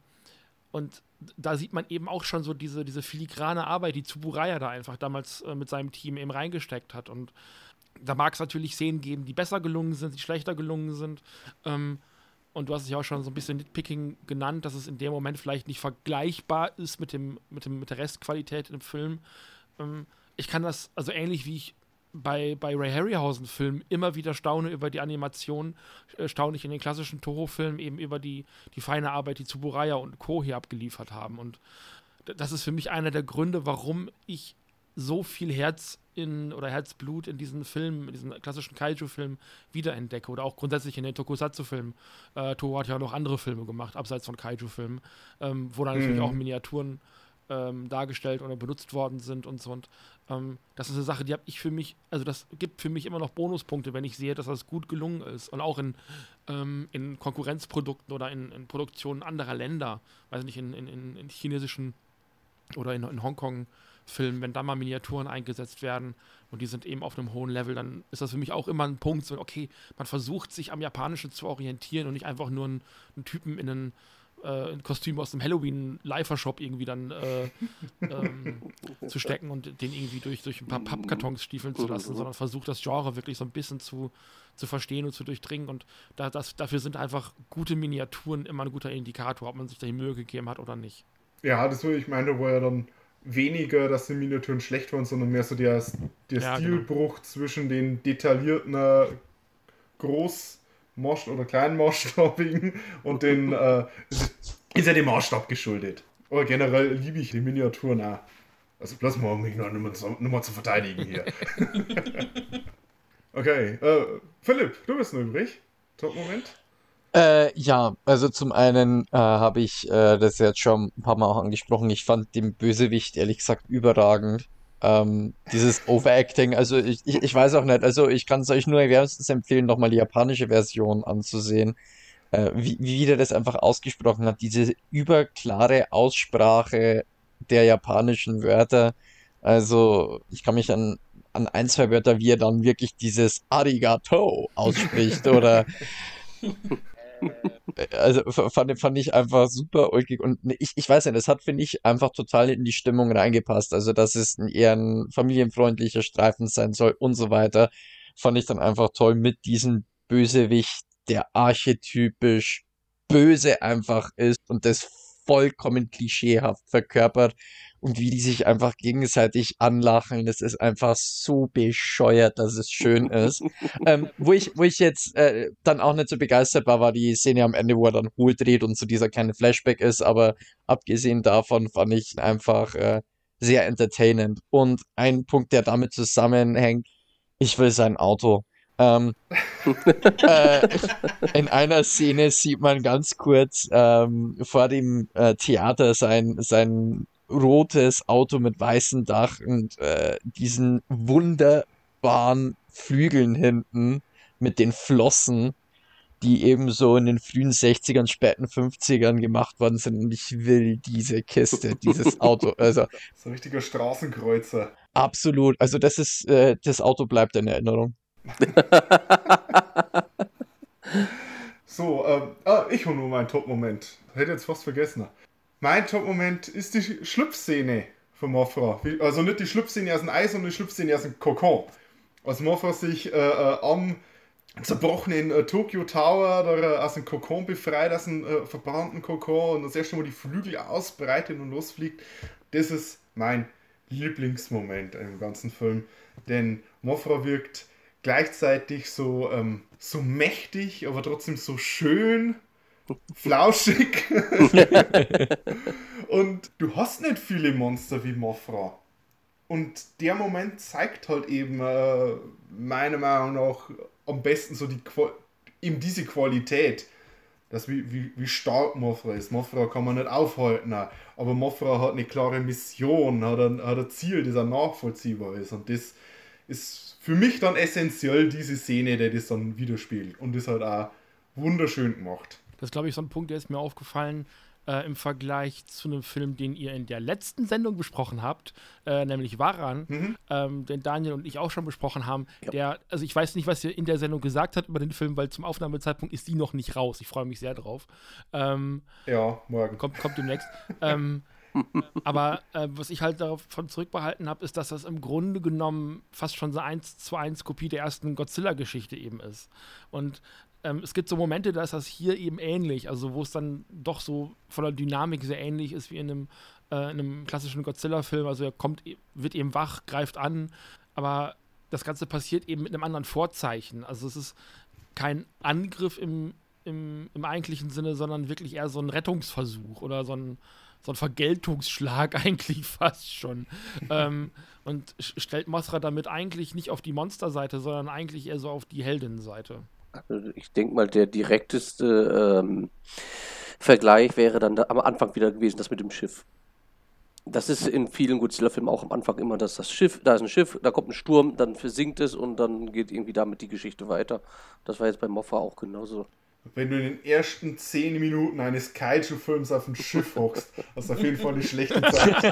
Und da sieht man eben auch schon so diese, diese filigrane Arbeit, die Tsuburaya da einfach damals äh, mit seinem Team eben reingesteckt hat. Und da mag es natürlich Szenen geben, die besser gelungen sind, die schlechter gelungen sind. Ähm, und du hast es ja auch schon so ein bisschen Nitpicking genannt, dass es in dem Moment vielleicht nicht vergleichbar ist mit, dem, mit, dem, mit der Restqualität im Film. Ähm, ich kann das, also ähnlich wie ich bei, bei Ray Harryhausen-Filmen immer wieder staune über die Animation, äh, staune ich in den klassischen Toho-Filmen eben über die, die feine Arbeit, die Tsuburaya und Co. hier abgeliefert haben. Und d- das ist für mich einer der Gründe, warum ich so viel Herz in oder Herzblut in diesen Filmen, in diesen klassischen Kaiju-Filmen wiederentdecke oder auch grundsätzlich in den Tokusatsu-Filmen. Äh, Toho hat ja auch noch andere Filme gemacht, abseits von Kaiju-Filmen, ähm, wo dann natürlich Mhm. auch Miniaturen ähm, dargestellt oder benutzt worden sind und so. Und ähm, das ist eine Sache, die habe ich für mich, also das gibt für mich immer noch Bonuspunkte, wenn ich sehe, dass das gut gelungen ist. Und auch in, ähm, in Konkurrenzprodukten oder in, in Produktionen anderer Länder, weiß nicht, in, in, in in chinesischen oder in, in Hongkong-Filmen, wenn da mal Miniaturen eingesetzt werden und die sind eben auf einem hohen Level, dann ist das für mich auch immer ein Punkt, so, okay, man versucht sich am Japanischen zu orientieren und nicht einfach nur einen, einen Typen in einen äh, ein Kostüm aus dem Halloween-Leifer-Shop irgendwie dann äh, ähm, zu stecken und den irgendwie durch, durch ein paar Pappkartons stiefeln zu lassen, sondern versucht das Genre wirklich so ein bisschen zu, zu verstehen und zu durchdringen. Und da, das, dafür sind einfach gute Miniaturen immer ein guter Indikator, ob man sich da die Mühe gegeben hat oder nicht. Ja, das würde ich meine, war ja dann weniger, dass die Miniaturen schlecht waren, sondern mehr so der, der Ja, Stilbruch zwischen den detaillierten äh, Großmost- oder Kleinmaßstabigen und den äh, ist ja dem Maßstab geschuldet. Aber generell liebe ich die Miniaturen auch. Also bloß mal, um mich noch nicht mehr zu, nicht mehr zu verteidigen hier. Okay, äh, Philipp, du bist noch übrig. Top-Moment. Äh, ja, also zum einen äh, habe ich äh, das jetzt schon ein paar Mal auch angesprochen. Ich fand den Bösewicht ehrlich gesagt überragend. Ähm, dieses Overacting, also ich, ich, ich weiß auch nicht, also ich kann es euch nur wärmstens empfehlen, nochmal die japanische Version anzusehen. Äh, wie, wie der das einfach ausgesprochen hat, diese überklare Aussprache der japanischen Wörter. Also ich kann mich an, an ein, zwei Wörter, wie er dann wirklich dieses Arigato ausspricht oder also f- fand, fand ich einfach super ulkig und ich, ich weiß nicht, das hat, finde ich, einfach total in die Stimmung reingepasst. Also, dass es ein eher ein familienfreundlicher Streifen sein soll und so weiter, fand ich dann einfach toll mit diesem Bösewicht, der archetypisch böse einfach ist und das vollkommen klischeehaft verkörpert und wie die sich einfach gegenseitig anlachen. Das ist einfach so bescheuert, dass es schön ist. Ähm, wo ich, wo ich jetzt äh, dann auch nicht so begeistert war, war die Szene am Ende, wo er dann hohl dreht und so dieser kleine Flashback ist, aber abgesehen davon fand ich ihn einfach äh, sehr entertainend. Und ein Punkt, der damit zusammenhängt, ich will sein Auto. Ähm, äh, in einer Szene sieht man ganz kurz ähm, vor dem äh, Theater sein, sein rotes Auto mit weißem Dach und äh, diesen wunderbaren Flügeln hinten mit den Flossen, die eben so in den frühen sechzigern, späten fünfzigern gemacht worden sind. Und ich will diese Kiste, dieses Auto. Also So ein richtiger Straßenkreuzer. absolut. Also das ist, äh, das Auto bleibt in Erinnerung. So, ähm, ah, ich hole nur meinen Top-Moment. Hätte jetzt fast vergessen. Mein Top-Moment ist die Schlüpfszene von Mothra. Wie- Also nicht die Schlüpfszene aus dem Eis, sondern die Schlüpfszene aus dem Kokon. Als Mothra sich äh, äh, am zerbrochenen äh, Tokyo Tower oder, äh, aus dem Kokon befreit, aus dem äh, verbrannten Kokon und das erste Mal die Flügel ausbreitet und losfliegt. Das ist mein Lieblingsmoment im ganzen Film. Denn Mothra wirkt gleichzeitig so, ähm, so mächtig, aber trotzdem so schön flauschig. Und du hast nicht viele Monster wie Mothra. Und der Moment zeigt halt eben äh, meiner Meinung nach am besten so die Qua- eben diese Qualität, dass wie, wie, wie stark Mothra ist. Mothra kann man nicht aufhalten, aber Mothra hat eine klare Mission, hat ein, hat ein Ziel, das auch nachvollziehbar ist. Und das ist für mich dann essentiell diese Szene, die das dann widerspiegelt. Und das halt auch wunderschön gemacht. Das ist, glaube ich, so ein Punkt, der ist mir aufgefallen äh, im Vergleich zu einem Film, den ihr in der letzten Sendung besprochen habt, äh, nämlich Varan, Mhm. ähm, den Daniel und ich auch schon besprochen haben. Ja. Der, also ich weiß nicht, was ihr in der Sendung gesagt habt über den Film, weil zum Aufnahmezeitpunkt ist die noch nicht raus. Ich freue mich sehr drauf. Ähm, Ja, morgen. kommt, kommt demnächst. ähm, aber äh, was ich halt davon zurückbehalten habe, ist, dass das im Grunde genommen fast schon so eins zu eins Kopie der ersten Godzilla-Geschichte eben ist. Und ähm, es gibt so Momente, da ist das hier eben ähnlich, also wo es dann doch so von der Dynamik sehr ähnlich ist wie in einem, äh, in einem klassischen Godzilla-Film. Also er kommt, wird eben wach, greift an, aber das Ganze passiert eben mit einem anderen Vorzeichen. Also es ist kein Angriff im, im, im eigentlichen Sinne, sondern wirklich eher so ein Rettungsversuch oder so ein so ein Vergeltungsschlag eigentlich fast schon. ähm, und sch- stellt Mothra damit eigentlich nicht auf die Monsterseite, sondern eigentlich eher so auf die Heldinnenseite. Also ich denke mal, der direkteste ähm, Vergleich wäre dann da am Anfang wieder gewesen, das mit dem Schiff. Das ist in vielen Godzilla-Filmen auch am Anfang immer, dass das Schiff, da ist ein Schiff, da kommt ein Sturm, dann versinkt es und dann geht irgendwie damit die Geschichte weiter. Das war jetzt bei Mothra auch genauso. Wenn du in den ersten zehn Minuten eines Kaiju-Films auf ein Schiff hockst, hast du auf jeden Fall eine schlechte Zeit.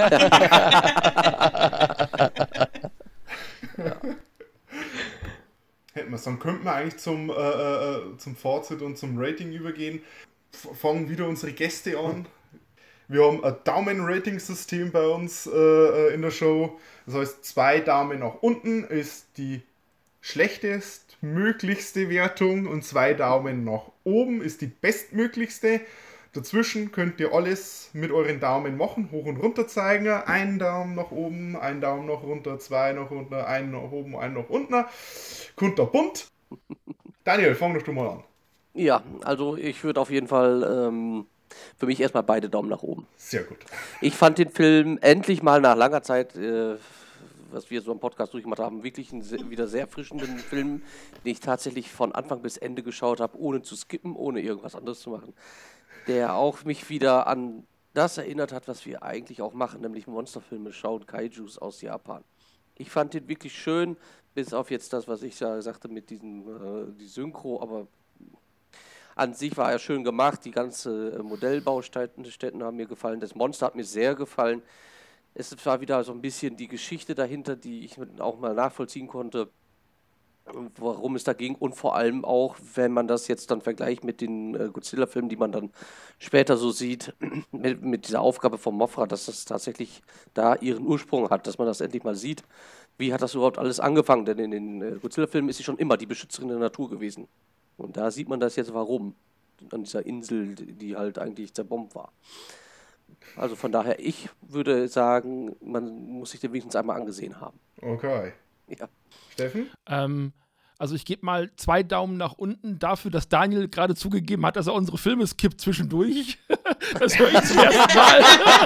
Hätten wir es, dann könnten wir eigentlich zum, äh, äh, zum Fazit und zum Rating übergehen. F- fangen wieder unsere Gäste an. Wir haben ein Daumen-Rating-System bei uns äh, in der Show. Das heißt, zwei Daumen nach unten ist die schlechtestmöglichste Wertung und zwei Daumen nach oben ist die bestmöglichste. Dazwischen könnt ihr alles mit euren Daumen machen, hoch und runter zeigen. Einen Daumen nach oben, einen Daumen nach runter, zwei nach unten, einen nach oben, einen nach unten. Kunterbunt. Daniel, fang doch du mal an. Ja, also ich würde auf jeden Fall ähm, für mich erstmal beide Daumen nach oben. Sehr gut. Ich fand den Film endlich mal nach langer Zeit, äh, was wir so am Podcast durchgemacht haben, wirklich einen se- wieder sehr erfrischenden Film, den ich tatsächlich von Anfang bis Ende geschaut habe, ohne zu skippen, ohne irgendwas anderes zu machen. Der auch mich wieder an das erinnert hat, was wir eigentlich auch machen, nämlich Monsterfilme schauen, Kaijus aus Japan. Ich fand den wirklich schön, bis auf jetzt das, was ich ja sagte mit diesem äh, die Synchro, aber an sich war er schön gemacht, die ganze äh, Modellbaustätten Städten haben mir gefallen, das Monster hat mir sehr gefallen. Es war wieder so ein bisschen die Geschichte dahinter, die ich mit- auch mal nachvollziehen konnte, warum es da ging und vor allem auch, wenn man das jetzt dann vergleicht mit den äh, Godzilla-Filmen, die man dann später so sieht, mit, mit dieser Aufgabe von Mothra, dass das tatsächlich da ihren Ursprung hat, dass man das endlich mal sieht. Wie hat das überhaupt alles angefangen? Denn in den äh, Godzilla-Filmen ist sie schon immer die Beschützerin der Natur gewesen. Und da sieht man das jetzt, warum. An dieser Insel, die die halt eigentlich zerbombt war. Also von daher, ich würde sagen, man muss sich den wenigstens einmal angesehen haben. Okay. Ja. Steffen? Ähm, also ich gebe mal zwei Daumen nach unten dafür, dass Daniel gerade zugegeben hat, dass er unsere Filme skippt zwischendurch. Das höre ich zum ersten Mal.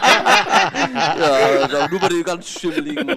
Ja, also nur bei den ganz schimmeligen.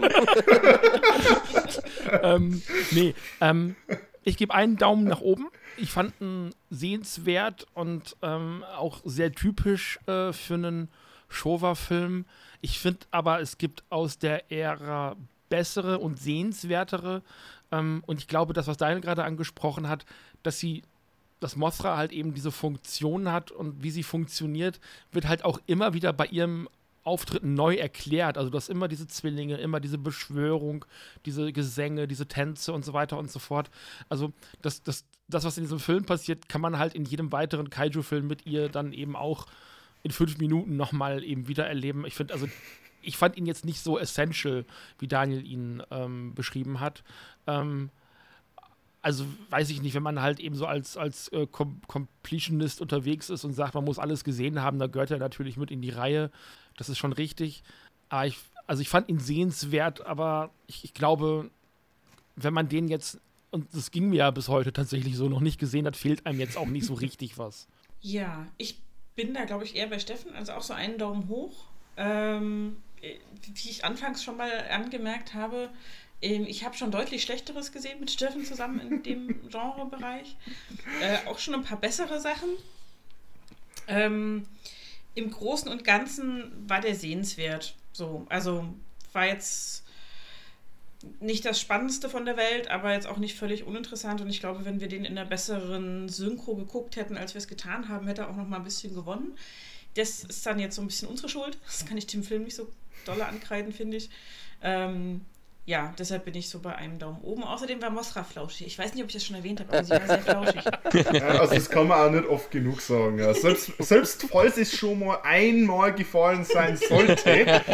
ähm, nee, ähm, ich gebe einen Daumen nach oben. Ich fand ihn sehenswert und ähm, auch sehr typisch äh, für einen Showa-Film. Ich finde aber, es gibt aus der Ära bessere und sehenswertere. Ähm, und ich glaube, das, was Daniel gerade angesprochen hat, dass sie, dass Mothra halt eben diese Funktion hat und wie sie funktioniert, wird halt auch immer wieder bei ihrem Auftritten neu erklärt. Also du hast immer diese Zwillinge, immer diese Beschwörung, diese Gesänge, diese Tänze und so weiter und so fort. Also das, das, das, was in diesem Film passiert, kann man halt in jedem weiteren Kaiju-Film mit ihr dann eben auch in fünf Minuten nochmal eben wieder erleben. Ich finde, also ich fand ihn jetzt nicht so essential, wie Daniel ihn ähm, beschrieben hat. Ähm, also weiß ich nicht, wenn man halt eben so als, als äh, Com- Completionist unterwegs ist und sagt, man muss alles gesehen haben, da gehört er natürlich mit in die Reihe. Das ist schon richtig. Aber ich, also ich fand ihn sehenswert, aber ich, ich glaube, wenn man den jetzt, und das ging mir ja bis heute tatsächlich so, noch nicht gesehen hat, fehlt einem jetzt auch nicht so richtig was. Ja, ich bin da, glaube ich, eher bei Steffen, also auch so einen Daumen hoch. Ähm, wie ich anfangs schon mal angemerkt habe, ähm, ich habe schon deutlich Schlechteres gesehen mit Steffen zusammen in dem Genrebereich. Äh, auch schon ein paar bessere Sachen. Ähm, Im Großen und Ganzen war der sehenswert. So, also war jetzt nicht das Spannendste von der Welt, aber jetzt auch nicht völlig uninteressant. Und ich glaube, wenn wir den in einer besseren Synchro geguckt hätten, als wir es getan haben, hätte er auch noch mal ein bisschen gewonnen. Das ist dann jetzt so ein bisschen unsere Schuld. Das kann ich dem Film nicht so dolle ankreiden, finde ich. Ähm, ja, deshalb bin ich so bei einem Daumen oben. Außerdem war Mothra flauschig. Ich weiß nicht, ob ich das schon erwähnt habe, aber sie war sehr flauschig. Ja, also das kann man auch nicht oft genug sagen. Ja. Selbst, selbst falls es schon mal einmal gefallen sein sollte,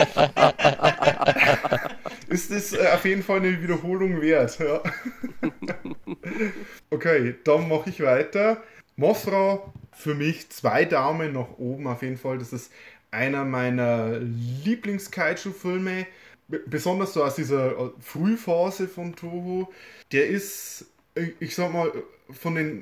ist es äh, auf jeden Fall eine Wiederholung wert. Ja. Okay, dann mache ich weiter. Mothra, für mich zwei Daumen nach oben auf jeden Fall. Das ist einer meiner Lieblings-Kaiju-Filme. B- besonders so aus dieser Frühphase von Toho. Der ist, ich sag mal, von den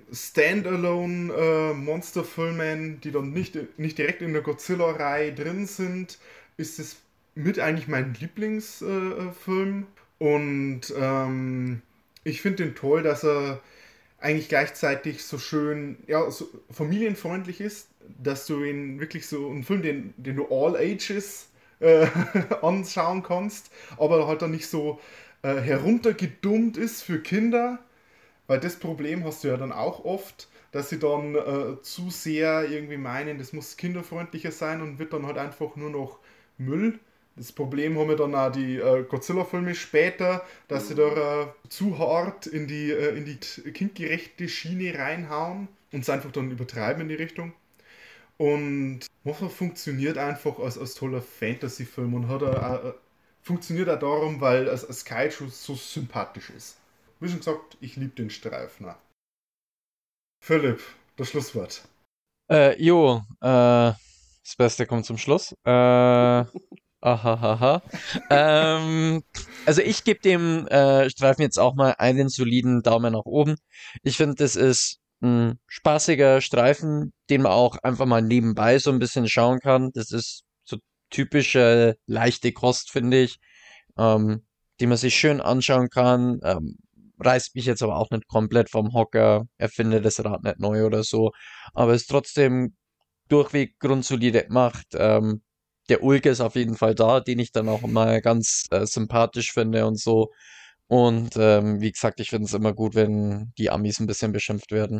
Standalone-Monsterfilmen, die dann nicht, nicht direkt in der Godzilla-Reihe drin sind, ist es mit eigentlich mein Lieblingsfilm. Und ähm, ich finde den toll, dass er eigentlich gleichzeitig so schön, ja, so familienfreundlich ist, dass du ihn wirklich so, einen Film, den, den du all ages äh, anschauen kannst, aber halt dann nicht so äh, heruntergedummt ist für Kinder, weil das Problem hast du ja dann auch oft, dass sie dann äh, zu sehr irgendwie meinen, das muss kinderfreundlicher sein und wird dann halt einfach nur noch Müll. Das Problem haben wir dann auch die äh, Godzilla-Filme später, dass sie da äh, zu hart in die, äh, in die kindgerechte Schiene reinhauen und es einfach dann übertreiben in die Richtung. Und Mothra funktioniert einfach als, als toller Fantasy-Film und hat auch, äh, funktioniert auch darum, weil es als Kaiju so sympathisch ist. Wie schon gesagt, ich liebe den Streifen. Philipp, das Schlusswort. Äh, jo, äh, das Beste kommt zum Schluss. Äh, ahahaha. ähm, also ich gebe dem äh, Streifen jetzt auch mal einen soliden Daumen nach oben. Ich finde, das ist ein spaßiger Streifen, den man auch einfach mal nebenbei so ein bisschen schauen kann. Das ist so typische leichte Kost, finde ich, ähm, die man sich schön anschauen kann. Ähm, reißt mich jetzt aber auch nicht komplett vom Hocker, erfinde das Rad nicht neu oder so, aber ist trotzdem durchweg grundsolide gemacht. Ähm, der Ulke ist auf jeden Fall da, den ich dann auch mal ganz äh, sympathisch finde und so. Und ähm, wie gesagt, ich finde es immer gut, wenn die Amis ein bisschen beschimpft werden.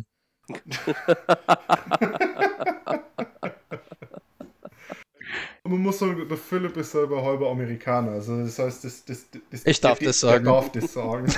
Man muss sagen, der Philipp ist selber halber Amerikaner. Also das heißt, das, das, das, ich darf der, das sagen. Der darf das sagen.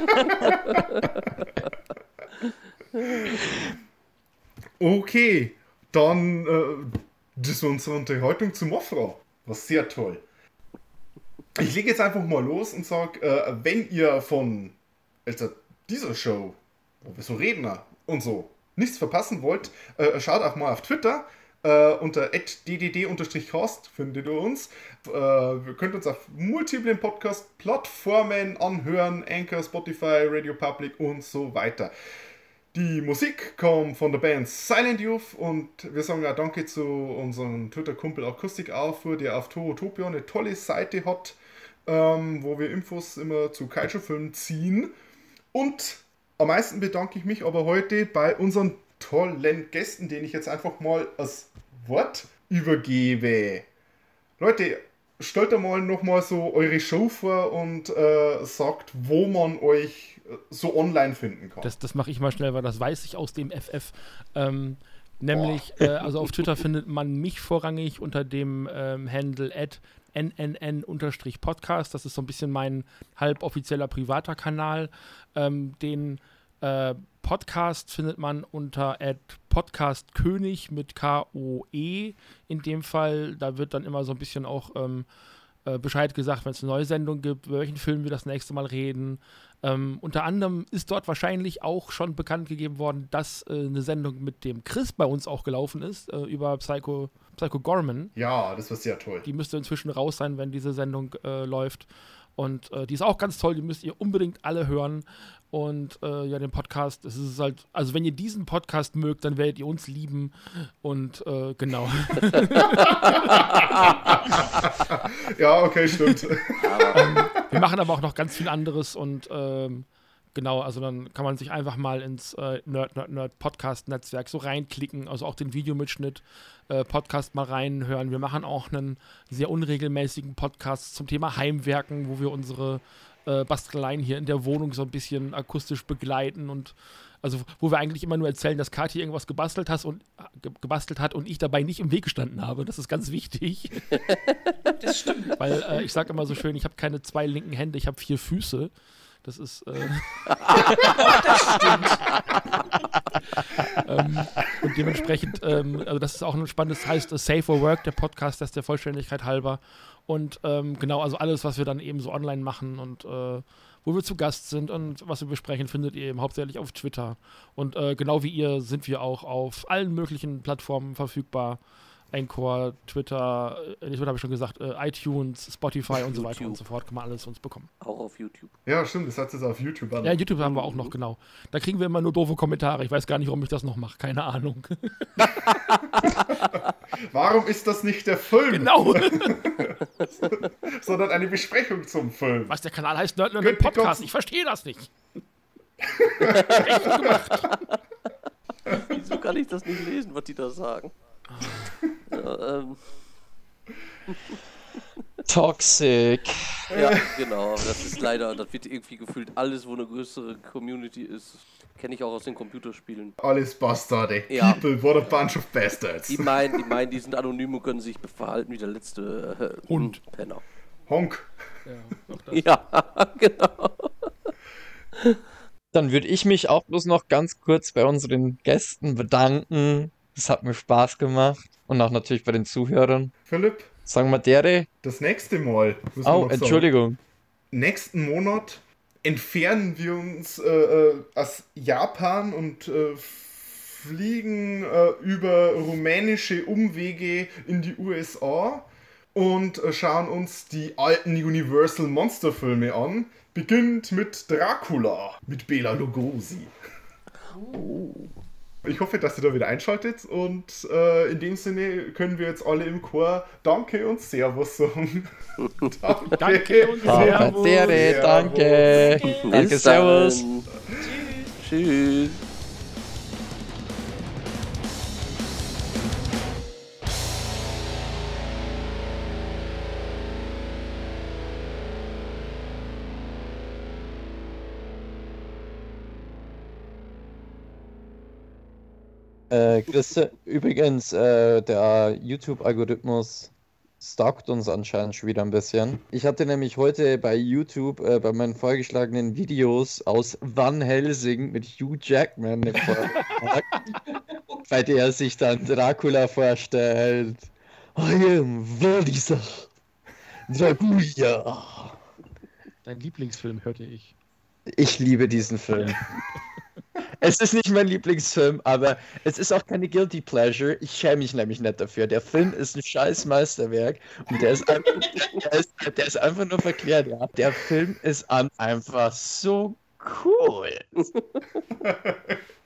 Okay, dann äh, das ist unsere Unterhaltung zu Mothra. War sehr toll. Ich lege jetzt einfach mal los und sage, äh, wenn ihr von also dieser Show, wo wir so reden und so, nichts verpassen wollt, äh, schaut auch mal auf Twitter. Uh, unter at d d d cast findet ihr uns. Uh, ihr könnt uns auf multiplen Podcast-Plattformen anhören, Anchor, Spotify, Radio Public und so weiter. Die Musik kommt von der Band Silent Youth und wir sagen auch danke zu unserem Twitter-Kumpel Akustik-Aufruhr, der auf Tohotopia eine tolle Seite hat, ähm, wo wir Infos immer zu Kaiju-Filmen ziehen. Und am meisten bedanke ich mich aber heute bei unseren tollen Gästen, denen ich jetzt einfach mal das Wort übergebe. Leute, stellt mal nochmal so eure Show vor und äh, sagt, wo man euch so online finden kann. Das, das mache ich mal schnell, weil das weiß ich aus dem F F. Ähm, nämlich, äh, also auf Twitter findet man mich vorrangig unter dem ähm, Handle at n n n Podcast. Das ist so ein bisschen mein halboffizieller privater Kanal. Ähm, den äh, Podcast findet man unter Podcastkönig mit K O E in dem Fall. Da wird dann immer so ein bisschen auch ähm, äh, Bescheid gesagt, wenn es eine neue Sendung gibt, über welchen Film wir das nächste Mal reden. Ähm, unter anderem ist dort wahrscheinlich auch schon bekannt gegeben worden, dass äh, eine Sendung mit dem Chris bei uns auch gelaufen ist, äh, über Psycho, Psycho Gorman. Ja, das war sehr toll. Die müsste inzwischen raus sein, wenn diese Sendung äh, läuft. Und äh, die ist auch ganz toll, die müsst ihr unbedingt alle hören. Und äh, ja, den Podcast, es ist halt, also wenn ihr diesen Podcast mögt, dann werdet ihr uns lieben. Und äh, genau. Ja, okay, stimmt. ähm, wir machen aber auch noch ganz viel anderes und ähm, genau, also dann kann man sich einfach mal ins äh, Nerd, Nerd, Nerd Podcast-Netzwerk so reinklicken, also auch den Videomitschnitt äh, Podcast mal reinhören. Wir machen auch einen sehr unregelmäßigen Podcast zum Thema Heimwerken, wo wir unsere äh, Basteleien hier in der Wohnung so ein bisschen akustisch begleiten und also wo wir eigentlich immer nur erzählen, dass Kathi irgendwas gebastelt, hast und, ge gebastelt hat und ich dabei nicht im Weg gestanden habe. Das ist ganz wichtig. Das stimmt. Weil äh, ich sage immer so schön, ich habe keine zwei linken Hände, ich habe vier Füße. Das ist äh Das stimmt. ähm, und dementsprechend, ähm, also das ist auch ein spannendes, das heißt uh, Safe for Work, der Podcast, das ist der Vollständigkeit halber. Und ähm, genau, also alles, was wir dann eben so online machen und äh, wo wir zu Gast sind und was wir besprechen, findet ihr eben hauptsächlich auf Twitter. Und äh, genau wie ihr sind wir auch auf allen möglichen Plattformen verfügbar. Anchor, Twitter, äh, Twitter habe ich schon gesagt, äh, iTunes, Spotify und so weiter und so fort, kann man alles uns bekommen. Auch auf YouTube. Ja, stimmt, das hat es auf YouTube an. Ja, YouTube haben wir auch noch, genau. Da kriegen wir immer nur doofe Kommentare. Ich weiß gar nicht, warum ich das noch mache, keine Ahnung. Warum ist das nicht der Film? Genau. Sondern eine Besprechung zum Film. Was, der Kanal heißt Nerd Nerd Könnt ihr Podcast? kurz- Ich verstehe das nicht. Echt gut gemacht. Wieso kann ich das nicht lesen, was die da sagen? Ja, ähm, Toxic. ja, genau. Aber das ist leider, das wird irgendwie gefühlt alles, wo eine größere Community ist. Kenne ich auch aus den Computerspielen. Alles Bastarde. Ja. People, what a bunch of bastards. Die meinen, die meinen, die sind anonym und können sich verhalten wie der letzte äh, Hund. Penner. Honk. Ja, auch das. Ja, genau. Dann würde ich mich auch bloß noch ganz kurz bei unseren Gästen bedanken. Es hat mir Spaß gemacht. Und auch natürlich bei den Zuhörern. Philipp, Sagen wir dere. das nächste Mal. müssen wir Oh, noch sagen. Entschuldigung. Nächsten Monat entfernen wir uns äh, äh, aus Japan und äh, fliegen äh, über rumänische Umwege in die U S A und äh, schauen uns die alten Universal Monster Filme an. Beginnt mit Dracula mit Bela Lugosi. Ich hoffe, dass ihr da wieder einschaltet und äh, in dem Sinne können wir jetzt alle im Chor Danke und Servus sagen. Danke. Danke und Aber Servus. dere, danke. Danke, Bis servus. dann. Tschüss. Äh, Christe, übrigens, äh, der YouTube-Algorithmus stalkt uns anscheinend schon wieder ein bisschen. Ich hatte nämlich heute bei YouTube äh, bei meinen vorgeschlagenen Videos aus Van Helsing mit Hugh Jackman eine Vorschlag, bei der er sich dann Dracula vorstellt. I am Vladislav Dracula. Dein Lieblingsfilm hörte ich. Ich liebe diesen Film. Es ist nicht mein Lieblingsfilm, aber es ist auch keine Guilty Pleasure. Ich schäme mich nämlich nicht dafür. Der Film ist ein scheiß Meisterwerk und der ist einfach, der ist, der ist einfach nur verklärt. Ja. Der Film ist an einfach so cool.